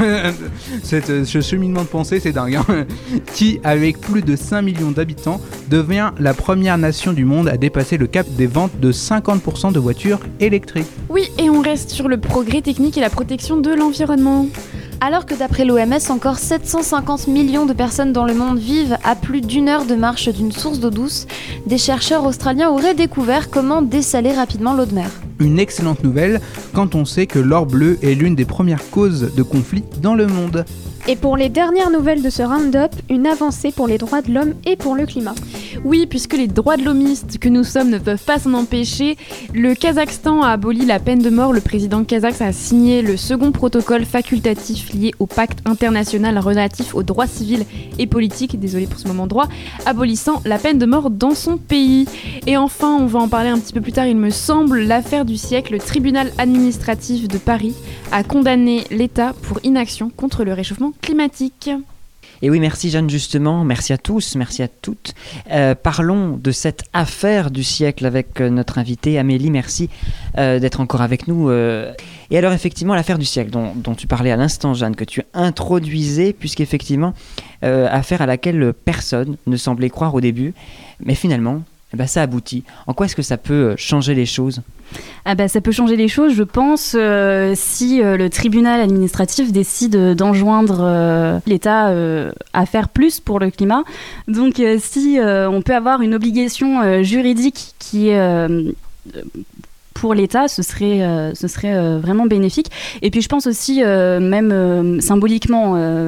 Ce cheminement de pensée, c'est dingue. Qui, avec plus de 5 millions d'habitants, devient la première nation du monde à dépasser le cap des ventes de 50% de voitures électriques. Oui, et on reste sur le progrès technique et la protection de l'environnement. Alors que d'après l'OMS, encore 750 millions de personnes dans le monde vivent à plus d'1 heure de marche d'une source d'eau douce, des chercheurs australiens auraient découvert comment dessaler rapidement l'eau de mer. Une excellente nouvelle quand on sait que l'or bleu est l'une des premières causes de conflits dans le monde. Et pour les dernières nouvelles de ce round-up, une avancée pour les droits de l'homme et pour le climat. Oui, puisque les droits de l'homiste que nous sommes ne peuvent pas s'en empêcher, le Kazakhstan a aboli la peine de mort. Le président kazakh a signé le second protocole facultatif lié au pacte international relatif aux droits civils et politiques, désolé pour ce moment droit, abolissant la peine de mort dans son pays. Et enfin, on va en parler un petit peu plus tard, il me semble, l'affaire du siècle, le tribunal administratif de Paris a condamné l'État pour inaction contre le réchauffement climatique. Et oui, merci Jeanne, justement, merci à tous, merci à toutes. Parlons de cette affaire du siècle avec notre invitée Amélie, merci d'être encore avec nous. Et alors effectivement, l'affaire du siècle dont tu parlais à l'instant Jeanne, que tu introduisais, puisqu'effectivement, affaire à laquelle personne ne semblait croire au début, mais finalement, ça aboutit. En quoi est-ce que ça peut changer les choses ? Ça peut changer les choses, je pense, si le tribunal administratif décide d'enjoindre l'État à faire plus pour le climat. Donc si on peut avoir une obligation juridique qui est pour l'État, ce serait vraiment bénéfique. Et puis je pense aussi, même symboliquement,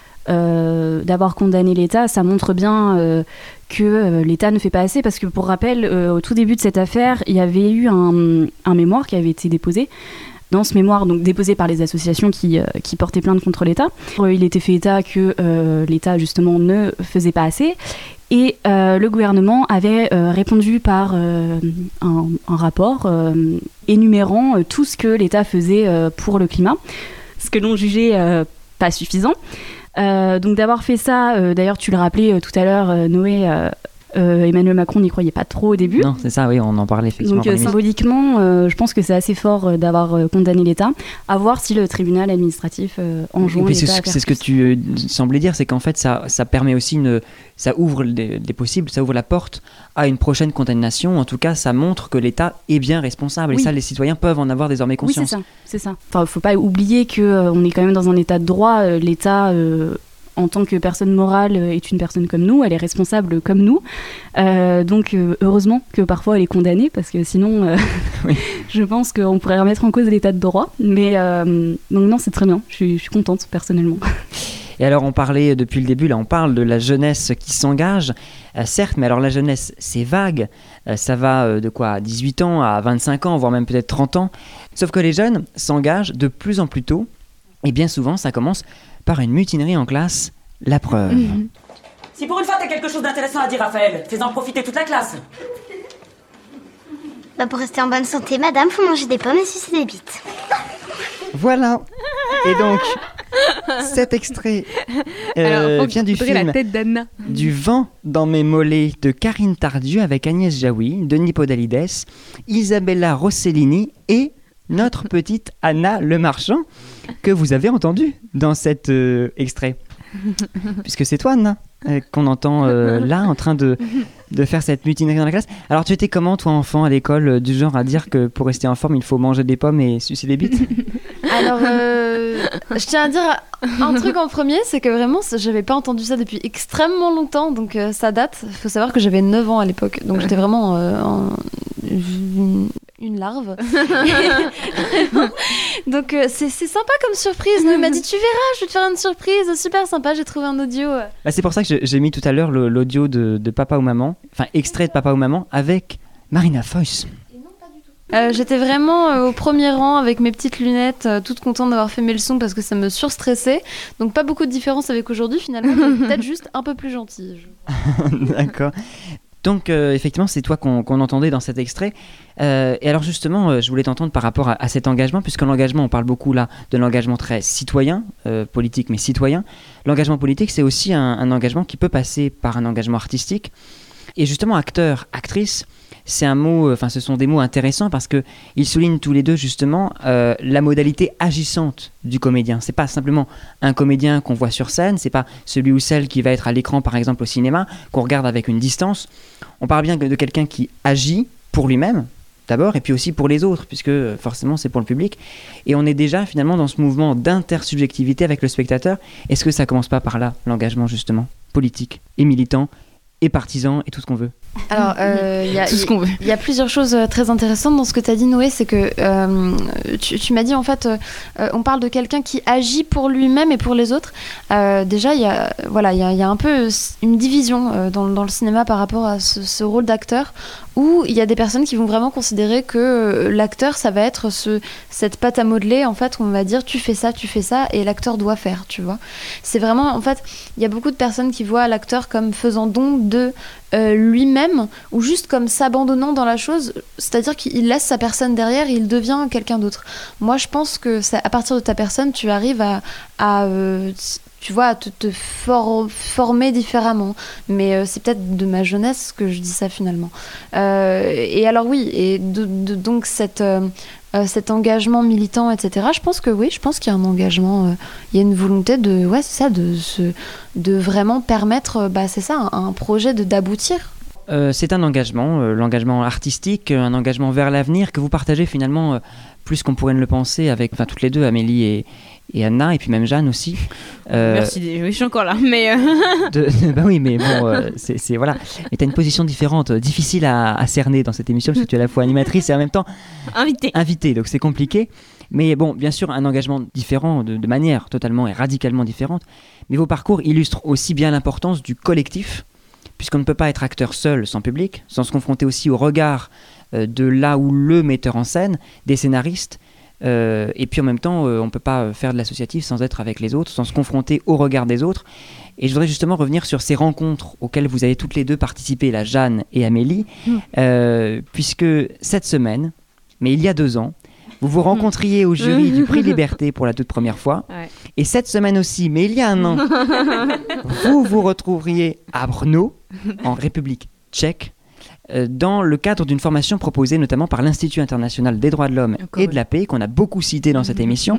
d'avoir condamné l'État, ça montre bien que l'État ne fait pas assez, parce que pour rappel, au tout début de cette affaire, il y avait eu un mémoire qui avait été déposé. Dans ce mémoire, donc déposé par les associations qui portaient plainte contre l'État, il était fait état que l'État justement ne faisait pas assez. Et le gouvernement avait répondu par un rapport énumérant tout ce que l'État faisait pour le climat, ce que l'on jugeait pas suffisant. Donc d'avoir fait ça, d'ailleurs tu le rappelais tout à l'heure, Noé, Emmanuel Macron n'y croyait pas trop au début. Non, c'est ça, oui, on en parlait effectivement. Donc symboliquement, je pense que c'est assez fort d'avoir condamné l'État. À voir si le tribunal administratif enjoint l'État à faire c'est ce que tu semblais dire, c'est qu'en fait ça permet aussi ça ouvre des possibles, ça ouvre la porte à une prochaine condamnation. En tout cas, ça montre que l'État est bien responsable. Oui. Et ça, les citoyens peuvent en avoir désormais conscience. Oui, c'est ça. Enfin, faut pas oublier qu'on est quand même dans un état de droit. L'État, en tant que personne morale, est une personne comme nous. Elle est responsable comme nous. Donc, heureusement que parfois elle est condamnée, parce que sinon, oui. Je pense qu'on pourrait remettre en cause l'état de droit. Mais donc non, c'est très bien. Je suis contente, personnellement. Et alors on parlait depuis le début, là on parle de la jeunesse qui s'engage, certes, mais alors la jeunesse c'est vague, ça va de quoi, 18 ans à 25 ans, voire même peut-être 30 ans, sauf que les jeunes s'engagent de plus en plus tôt, et bien souvent ça commence par une mutinerie en classe, la preuve. Si pour une fois t'as quelque chose d'intéressant à dire, Raphaël, fais-en profiter toute la classe. Bah pour rester en bonne santé, madame, faut manger des pommes et sucer des bites. Voilà. Et donc, cet extrait vient du film la tête d'Anna. Du vent dans mes mollets de Karine Tardieu avec Agnès Jaoui, Denis Podalides, Isabella Rossellini et notre petite Anna Lemarchand que vous avez entendue dans cet extrait. Puisque c'est toi, Anna, qu'on entend là en train de faire cette mutinerie dans la classe. Alors tu étais comment toi enfant à l'école, du genre à dire que pour rester en forme il faut manger des pommes et sucer des bites? Alors, je tiens à dire un truc en premier, c'est que vraiment, j'avais pas entendu ça depuis extrêmement longtemps, donc ça date. Il faut savoir que j'avais 9 ans à l'époque, donc j'étais vraiment une larve. Donc c'est sympa comme surprise. Il m'a dit, tu verras, je vais te faire une surprise super sympa, j'ai trouvé un audio. Bah, c'est pour ça que j'ai mis tout à l'heure l'audio de Papa ou Maman, enfin extrait de Papa ou Maman avec Marina Foïs. J'étais vraiment au premier rang avec mes petites lunettes, toute contente d'avoir fait mes leçons parce que ça me surstressait. Donc pas beaucoup de différence avec aujourd'hui finalement, mais peut-être juste un peu plus gentille. D'accord. Donc effectivement c'est toi qu'on entendait dans cet extrait. Et alors justement je voulais t'entendre par rapport à cet engagement, puisque l'engagement, on parle beaucoup là de l'engagement très citoyen, politique mais citoyen. L'engagement politique c'est aussi un engagement qui peut passer par un engagement artistique. Et justement acteur, actrice, c'est un mot, enfin ce sont des mots intéressants parce que ils soulignent tous les deux justement la modalité agissante du comédien. C'est pas simplement un comédien qu'on voit sur scène, c'est pas celui ou celle qui va être à l'écran par exemple au cinéma qu'on regarde avec une distance. On parle bien de quelqu'un qui agit pour lui-même d'abord et puis aussi pour les autres puisque forcément c'est pour le public. Et on est déjà finalement dans ce mouvement d'intersubjectivité avec le spectateur. Est-ce que ça commence pas par là l'engagement justement politique et militant et partisan et tout ce qu'on veut? Alors, il y a plusieurs choses très intéressantes dans ce que tu as dit, Noé. C'est que tu m'as dit, en fait, on parle de quelqu'un qui agit pour lui-même et pour les autres. Déjà, il y a un peu une division dans le cinéma par rapport à ce rôle d'acteur, où il y a des personnes qui vont vraiment considérer que l'acteur, ça va être cette pâte à modeler, en fait, où on va dire tu fais ça, et l'acteur doit faire, tu vois. C'est vraiment, en fait, il y a beaucoup de personnes qui voient l'acteur comme faisant don de lui-même, ou juste comme s'abandonnant dans la chose, c'est-à-dire qu'il laisse sa personne derrière et il devient quelqu'un d'autre. Moi, je pense que à partir de ta personne, tu arrives à te former différemment. Mais c'est peut-être de ma jeunesse que je dis ça finalement. Et alors oui, et donc cet engagement militant, etc. Je pense qu'il y a un engagement, il y a une volonté de vraiment permettre, c'est ça, un projet d'aboutir. C'est un engagement, l'engagement artistique, un engagement vers l'avenir que vous partagez finalement plus qu'on pourrait ne le penser avec, toutes les deux, Amélie et Anna, et puis même Jeanne aussi. Merci, oui, je suis encore là, mais... Bah oui, mais bon, c'est voilà. Et t'as une position différente, difficile à cerner dans cette émission, parce que tu es à la fois animatrice et en même temps... Invitée, donc c'est compliqué. Mais bon, bien sûr, un engagement différent, de manière totalement et radicalement différente. Mais vos parcours illustrent aussi bien l'importance du collectif, puisqu'on ne peut pas être acteur seul sans public, sans se confronter aussi au regard de là où le metteur en scène, des scénaristes, et puis en même temps on ne peut pas faire de l'associatif sans être avec les autres, sans se confronter au regard des autres. Et je voudrais justement revenir sur ces rencontres auxquelles vous avez toutes les deux participé, la Jeanne et Amélie, puisque cette semaine, mais il y a 2 ans, vous vous rencontriez au jury du prix Liberté pour la toute première fois. Ouais. Et cette semaine aussi, mais il y a 1 an, vous vous retrouveriez à Brno, en République tchèque, dans le cadre d'une formation proposée notamment par l'Institut international des droits de l'homme et de la paix, qu'on a beaucoup cité dans cette émission,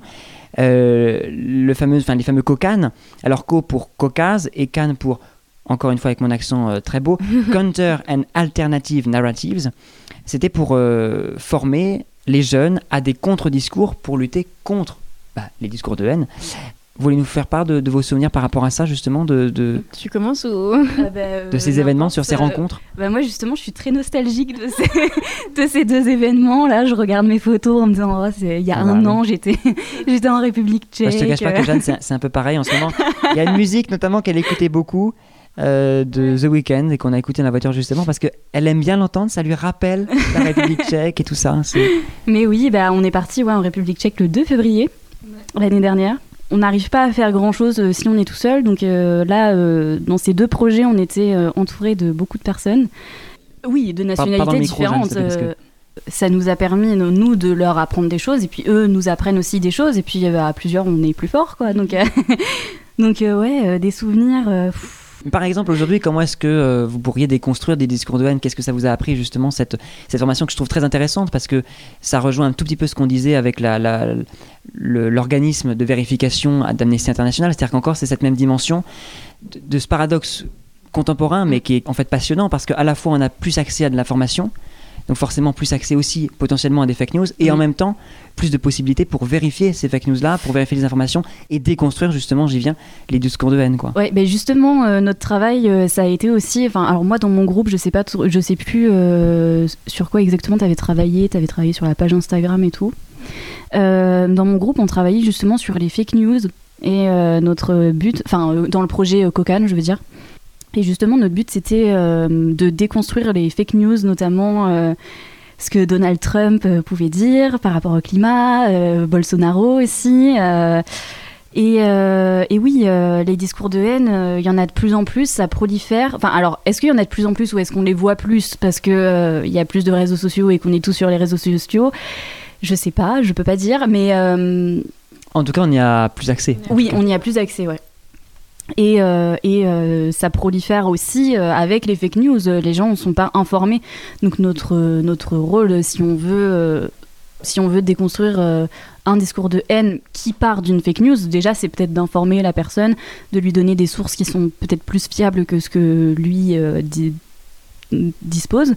les fameux COCAN, alors CO pour Caucase et CAN pour, encore une fois avec mon accent très beau, Counter and Alternative Narratives. C'était pour former les jeunes à des contre-discours pour lutter contre les discours de haine. Vous voulez nous faire part de vos souvenirs par rapport à ça, justement, Tu commences ou... de ces événements, sur ces rencontres? Moi, justement, je suis très nostalgique de ces 2 événements-là. Je regarde mes photos en me disant, il y a 1 an, j'étais en République tchèque. Je te cache pas que Jeanne, c'est un peu pareil en ce moment. Il y a une musique, notamment, qu'elle écoutait beaucoup, de The Weeknd, et qu'on a écouté dans la voiture, justement, parce qu'elle aime bien l'entendre, ça lui rappelle la République tchèque et tout ça. Mais oui, on est parti en République tchèque le 2 février, l'année dernière. on n'arrive pas à faire grand-chose si on est tout seul. Donc là, dans ces 2 projets, on était entouré de beaucoup de personnes. Oui, de nationalités différentes. Ça nous a permis, nous, de leur apprendre des choses, et puis eux nous apprennent aussi des choses, et puis à plusieurs, on est plus forts, quoi. Donc, des souvenirs... Par exemple, aujourd'hui, comment est-ce que vous pourriez déconstruire des discours de haine ? Qu'est-ce que ça vous a appris, justement, cette formation que je trouve très intéressante, parce que ça rejoint un tout petit peu ce qu'on disait avec l'organisme de vérification d'Amnesty International, c'est-à-dire qu'encore, c'est cette même dimension de ce paradoxe contemporain, mais qui est en fait passionnant, parce qu'à la fois, on a plus accès à de l'information, donc forcément plus accès aussi potentiellement à des fake news, et en même temps plus de possibilités pour vérifier ces fake news là, pour vérifier les informations et déconstruire justement, j'y viens, les discours de haine, quoi. Ouais, ben justement notre travail ça a été aussi, alors moi dans mon groupe je sais plus sur quoi exactement t'avais travaillé sur la page Instagram et tout. Dans mon groupe on travaillait justement sur les fake news et notre but, dans le projet Cocan je veux dire. Et justement, notre but, c'était de déconstruire les fake news, notamment ce que Donald Trump pouvait dire par rapport au climat, Bolsonaro aussi. Et oui, les discours de haine, il y en a de plus en plus, ça prolifère. Alors, est-ce qu'il y en a de plus en plus ou est-ce qu'on les voit plus parce qu'il y a plus de réseaux sociaux et qu'on est tous sur les réseaux sociaux ? Je sais pas, je peux pas dire, mais... En tout cas, on y a plus accès. Oui, on y a plus accès, ouais. Et ça prolifère aussi avec les fake news. Les gens ne sont pas informés. Donc notre rôle, si on veut déconstruire un discours de haine qui part d'une fake news, déjà c'est peut-être d'informer la personne, de lui donner des sources qui sont peut-être plus fiables que ce que lui dispose.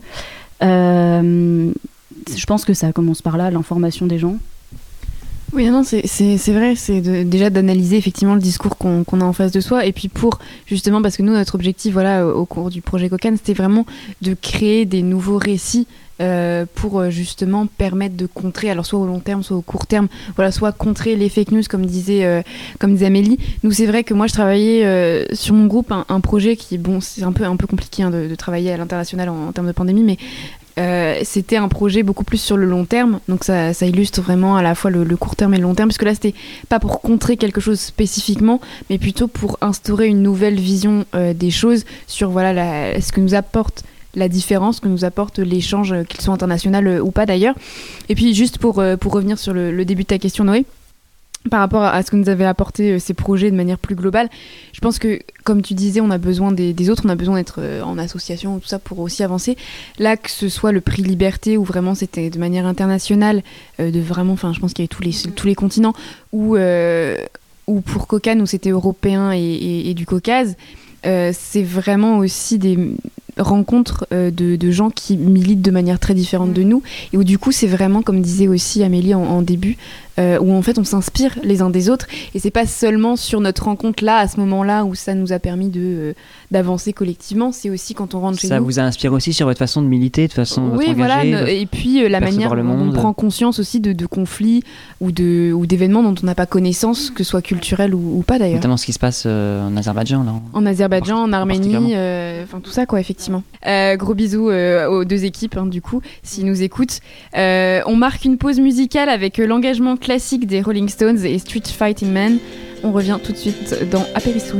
Je pense que ça commence par là, l'information des gens. Oui, non, c'est vrai, c'est déjà d'analyser effectivement le discours qu'on a en face de soi, et puis justement, parce que nous, notre objectif, au cours du projet Cocan, c'était vraiment de créer des nouveaux récits pour justement permettre de contrer, alors soit au long terme, soit au court terme, soit contrer les fake news, comme disait Amélie. Nous, c'est vrai que moi, je travaillais sur mon groupe un projet qui, c'est un peu compliqué de travailler à l'international en termes de pandémie, mais c'était un projet beaucoup plus sur le long terme, donc ça illustre vraiment à la fois le court terme et le long terme, puisque là c'était pas pour contrer quelque chose spécifiquement, mais plutôt pour instaurer une nouvelle vision des choses sur ce que nous apporte la différence, ce que nous apporte l'échange, qu'il soit international ou pas d'ailleurs. Et puis juste pour revenir sur le début de ta question, Noé, par rapport à ce que nous avaient apporté ces projets de manière plus globale, je pense que, comme tu disais, on a besoin des autres, on a besoin d'être en association, tout ça, pour aussi avancer. Là, que ce soit le prix Liberté, où vraiment c'était de manière internationale, je pense qu'il y avait tous les continents, ou pour Cocan, où c'était européen et du Caucase, c'est vraiment aussi des rencontres de gens qui militent de manière très différente de nous, et où du coup c'est vraiment, comme disait aussi Amélie en début, où en fait on s'inspire les uns des autres, et c'est pas seulement sur notre rencontre là, à ce moment-là, où ça nous a permis d'avancer collectivement, c'est aussi quand on rentre chez nous. Ça vous a inspiré aussi sur votre façon de militer, de façon oui, et puis la manière dont on prend conscience aussi de conflits ou d'événements dont on n'a pas connaissance, que ce soit culturel ou pas d'ailleurs. Notamment ce qui se passe en Azerbaïdjan là. En Azerbaïdjan, en Arménie, tout ça quoi, effectivement. Gros bisous aux 2 équipes du coup, s'ils nous écoutent. On marque une pause musicale avec l'engagement classique des Rolling Stones et Street Fighting Man. On revient tout de suite dans Apérissouille.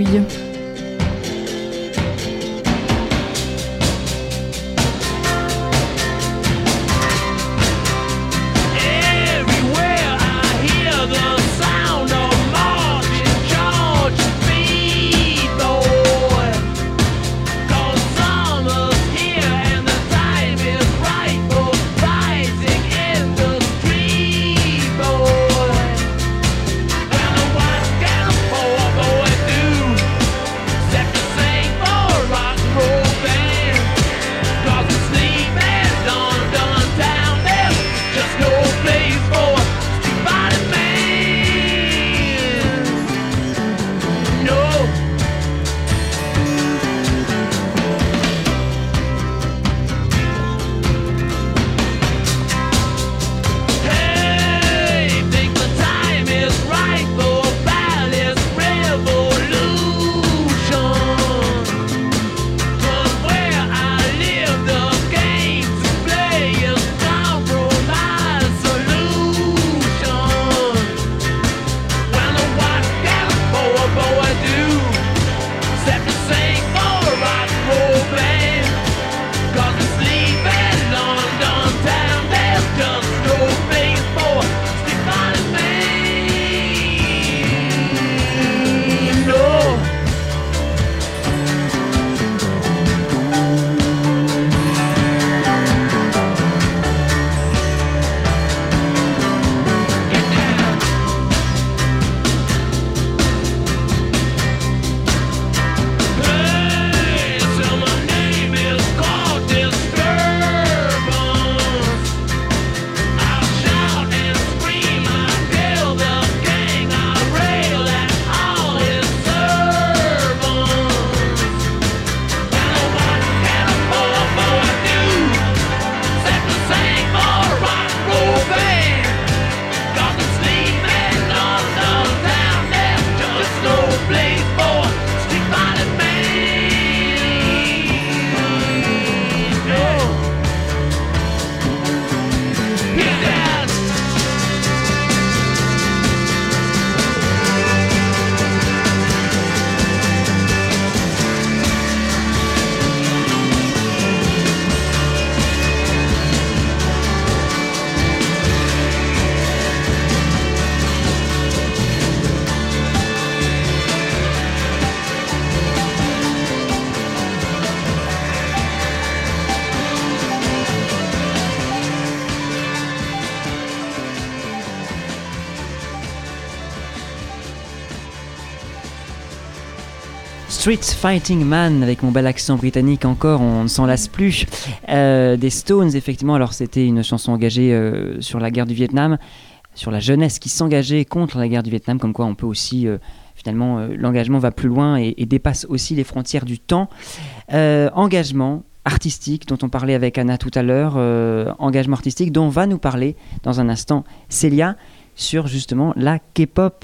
Street Fighting Man, avec mon bel accent britannique encore, on ne s'en lasse plus. Des Stones, effectivement, alors c'était une chanson engagée sur la guerre du Vietnam, sur la jeunesse qui s'engageait contre la guerre du Vietnam, comme quoi on peut aussi, finalement, l'engagement va plus loin et dépasse aussi les frontières du temps. Engagement artistique dont on parlait avec Anna tout à l'heure, engagement artistique dont va nous parler dans un instant Célia sur justement la K-pop.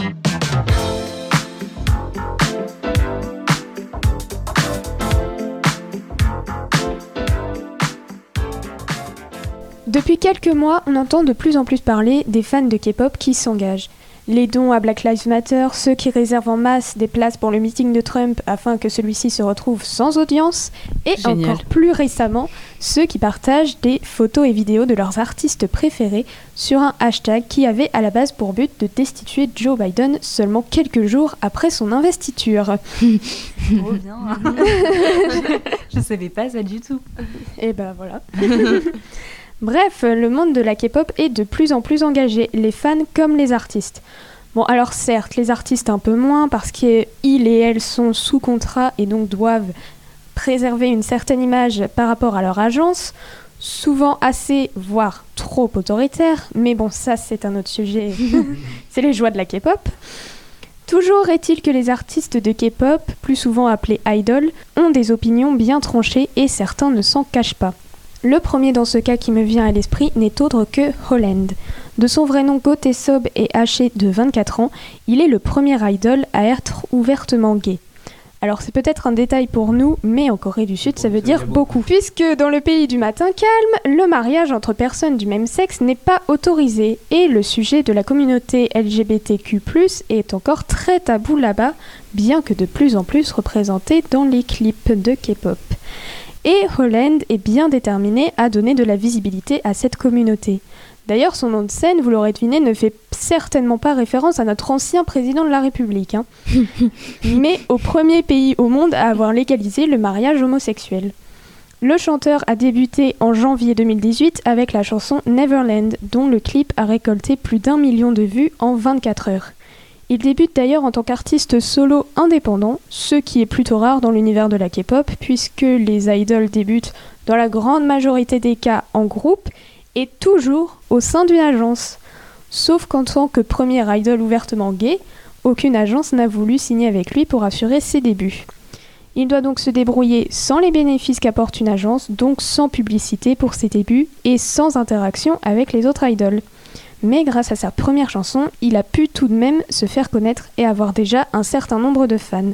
Depuis quelques mois, on entend de plus en plus parler des fans de K-pop qui s'engagent. Les dons à Black Lives Matter, ceux qui réservent en masse des places pour le meeting de Trump afin que celui-ci se retrouve sans audience, et Génial. encore plus récemment, ceux qui partagent des photos et vidéos de leurs artistes préférés sur un hashtag qui avait à la base pour but de destituer Joe Biden seulement quelques jours après son investiture. Trop bien. Je savais pas ça du tout. Et ben voilà. Bref, le monde de la K-pop est de plus en plus engagé, les fans comme les artistes. Bon, alors certes, les artistes un peu moins, parce qu'ils et elles sont sous contrat et donc doivent préserver une certaine image par rapport à leur agence, souvent assez, voire trop autoritaire, mais bon, ça c'est un autre sujet, c'est les joies de la K-pop. Toujours est-il que les artistes de K-pop, plus souvent appelés idols, ont des opinions bien tranchées et certains ne s'en cachent pas. Le premier dans ce cas qui me vient à l'esprit n'est autre que Holland. De son vrai nom Gotesob et âgé de 24 ans, il est le premier idol à être ouvertement gay. Alors c'est peut-être un détail pour nous, mais en Corée du Sud ça veut dire beaucoup. Puisque dans le pays du matin calme, le mariage entre personnes du même sexe n'est pas autorisé et le sujet de la communauté LGBTQ+, est encore très tabou là-bas, bien que de plus en plus représenté dans les clips de K-pop. Et Holland est bien déterminé à donner de la visibilité à cette communauté. D'ailleurs, son nom de scène, vous l'aurez deviné, ne fait certainement pas référence à notre ancien président de la République, hein. Mais au premier pays au monde à avoir légalisé le mariage homosexuel. Le chanteur a débuté en janvier 2018 avec la chanson Neverland, dont le clip a récolté plus d'1 million de vues en 24 heures. Il débute d'ailleurs en tant qu'artiste solo indépendant, ce qui est plutôt rare dans l'univers de la K-pop, puisque les idols débutent dans la grande majorité des cas en groupe et toujours au sein d'une agence. Sauf qu'en tant que premier idol ouvertement gay, aucune agence n'a voulu signer avec lui pour assurer ses débuts. Il doit donc se débrouiller sans les bénéfices qu'apporte une agence, donc sans publicité pour ses débuts et sans interaction avec les autres idols. Mais grâce à sa première chanson, il a pu tout de même se faire connaître et avoir déjà un certain nombre de fans.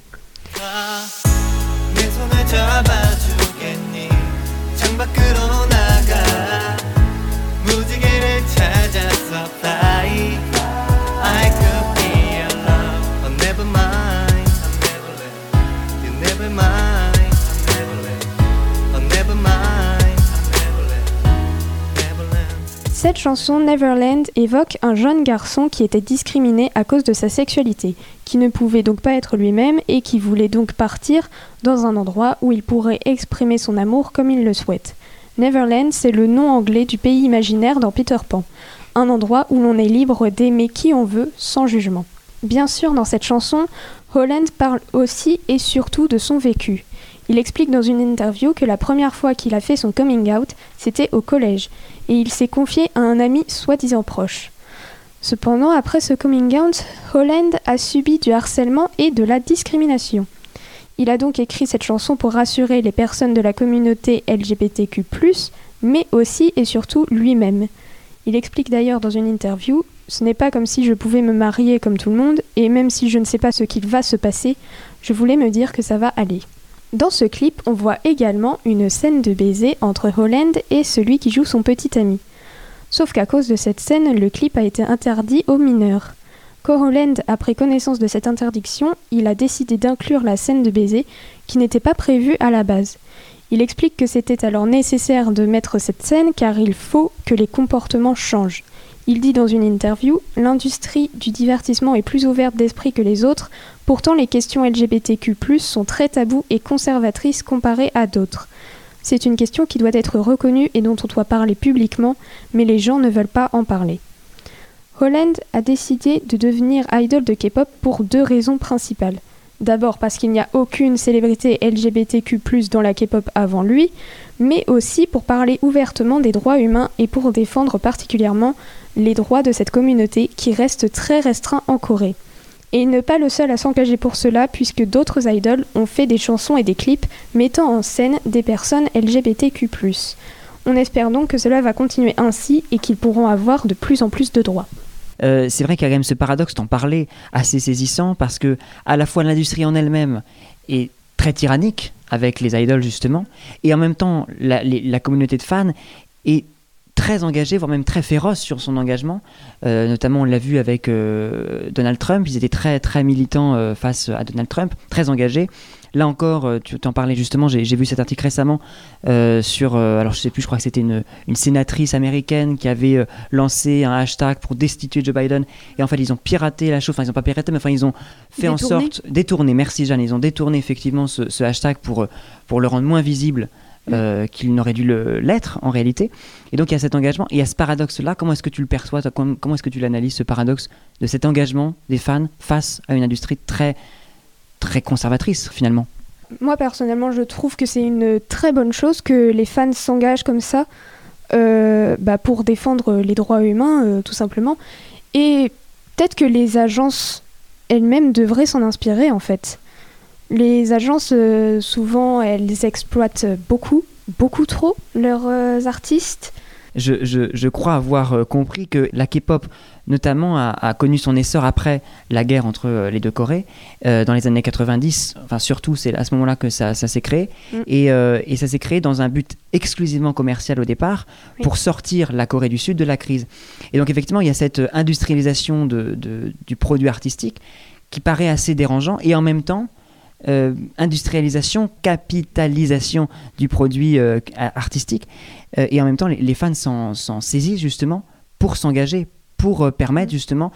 Cette chanson Neverland évoque un jeune garçon qui était discriminé à cause de sa sexualité, qui ne pouvait donc pas être lui-même et qui voulait donc partir dans un endroit où il pourrait exprimer son amour comme il le souhaite. Neverland, c'est le nom anglais du pays imaginaire dans Peter Pan, un endroit où l'on est libre d'aimer qui on veut sans jugement. Bien sûr, dans cette chanson, Holland parle aussi et surtout de son vécu. Il explique dans une interview que la première fois qu'il a fait son coming out, c'était au collège, et il s'est confié à un ami soi-disant proche. Cependant, après ce coming out, Holland a subi du harcèlement et de la discrimination. Il a donc écrit cette chanson pour rassurer les personnes de la communauté LGBTQ+, mais aussi et surtout lui-même. Il explique d'ailleurs dans une interview « Ce n'est pas comme si je pouvais me marier comme tout le monde, et même si je ne sais pas ce qu'il va se passer, je voulais me dire que ça va aller. » Dans ce clip, on voit également une scène de baiser entre Holland et celui qui joue son petit ami. Sauf qu'à cause de cette scène, le clip a été interdit aux mineurs. Quand Holland a pris connaissance de cette interdiction, il a décidé d'inclure la scène de baiser qui n'était pas prévue à la base. Il explique que c'était alors nécessaire de mettre cette scène car il faut que les comportements changent. Il dit dans une interview « L'industrie du divertissement est plus ouverte d'esprit que les autres, pourtant les questions LGBTQ+, sont très tabous et conservatrices comparées à d'autres. C'est une question qui doit être reconnue et dont on doit parler publiquement, mais les gens ne veulent pas en parler. » Holland a décidé de devenir idol de K-pop pour 2 raisons principales. D'abord parce qu'il n'y a aucune célébrité LGBTQ+ dans la K-pop avant lui, mais aussi pour parler ouvertement des droits humains et pour défendre particulièrement les droits de cette communauté qui reste très restreint en Corée. Et il n'est pas le seul à s'engager pour cela, puisque d'autres idoles ont fait des chansons et des clips mettant en scène des personnes LGBTQ+. On espère donc que cela va continuer ainsi et qu'ils pourront avoir de plus en plus de droits. C'est vrai qu'il y a quand même ce paradoxe, t'en parlais, assez saisissant, parce que à la fois l'industrie en elle-même est très tyrannique avec les idoles justement, et en même temps la communauté de fans est très engagée, voire même très féroce sur son engagement. Notamment on l'a vu avec Donald Trump, ils étaient très, très militants face à Donald Trump, très engagés. Là encore, tu t'en parlais justement, j'ai vu cet article récemment sur, alors je sais plus, je crois que c'était une sénatrice américaine qui avait lancé un hashtag pour destituer Joe Biden, et en fait ils ont piraté la chose, enfin ils n'ont pas piraté, mais enfin ils ont fait en sorte, détourné, merci Jeanne, ils ont détourné effectivement ce hashtag pour le rendre moins visible qu'il n'aurait dû l'être en réalité. Et donc il y a cet engagement, et il y a ce paradoxe-là. Comment est-ce que tu le perçois, comment est-ce que tu l'analyses, ce paradoxe de cet engagement des fans face à une industrie très très conservatrice finalement? Moi personnellement je trouve que c'est une très bonne chose que les fans s'engagent comme ça pour défendre les droits humains tout simplement, et peut-être que les agences elles-mêmes devraient s'en inspirer en fait. Les agences souvent elles exploitent beaucoup trop leurs artistes. Je crois avoir compris que la K-pop notamment a connu son essor après la guerre entre les deux Corées dans les années 90, enfin surtout c'est à ce moment-là que ça s'est créé, et ça s'est créé dans un but exclusivement commercial au départ, pour sortir la Corée du Sud de la crise. Et donc effectivement il y a cette industrialisation du produit artistique qui paraît assez dérangeant, et en même temps industrialisation, capitalisation du produit artistique, et en même temps les fans s'en saisissent justement pour s'engager, pour permettre justement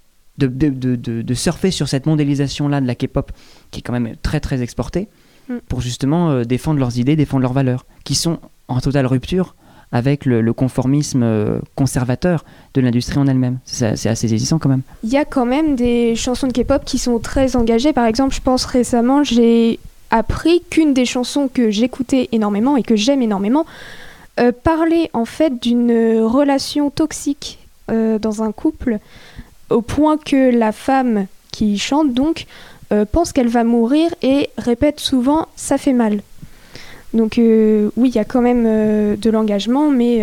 de surfer sur cette mondialisation-là de la K-pop qui est quand même très très exportée, pour justement défendre leurs idées, défendre leurs valeurs, qui sont en totale rupture avec le conformisme conservateur de l'industrie en elle-même. C'est assez saisissant quand même. Il y a quand même des chansons de K-pop qui sont très engagées. Par exemple, je pense récemment, j'ai appris qu'une des chansons que j'écoutais énormément et que j'aime énormément parlait en fait d'une relation toxique dans un couple, au point que la femme qui chante donc pense qu'elle va mourir et répète souvent « ça fait mal ». Donc oui, il y a quand même de l'engagement, mais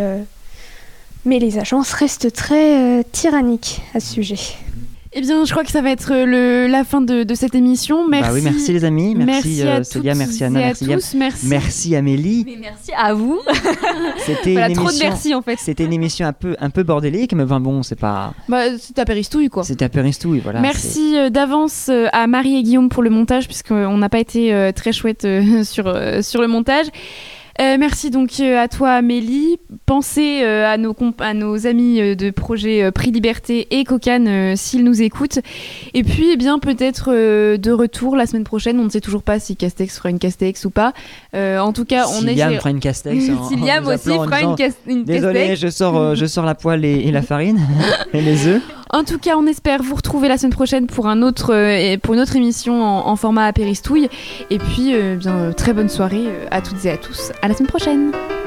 les agences restent très tyranniques à ce sujet. Eh bien, je crois que ça va être la fin de cette émission. Merci. Bah oui, merci les amis, merci Célia, merci Anna, merci Yann, merci Amélie. Mais merci à vous. C'était voilà, une trop émission, de merci en fait. C'était une émission un peu bordélique, mais bon, c'est pas. C'était à Péristouille quoi. C'était à Péristouille, voilà. Merci d'avance à Marie et Guillaume pour le montage, puisqu'on n'a pas été très chouette sur le montage. Merci donc à toi Amélie. Pensez à nos amis de projet Prix Liberté et Cocan s'ils nous écoutent. Et puis eh bien peut-être de retour la semaine prochaine. On ne sait toujours pas si Castex fera une Castex ou pas. En tout cas, si Liam fera une Castex. Si Liam aussi fera une Castex. Désolé, je sors la poêle et la farine et les œufs. En tout cas, on espère vous retrouver la semaine prochaine pour une autre émission en format apéristouille. Et puis, bien, très bonne soirée à toutes et à tous. À la semaine prochaine.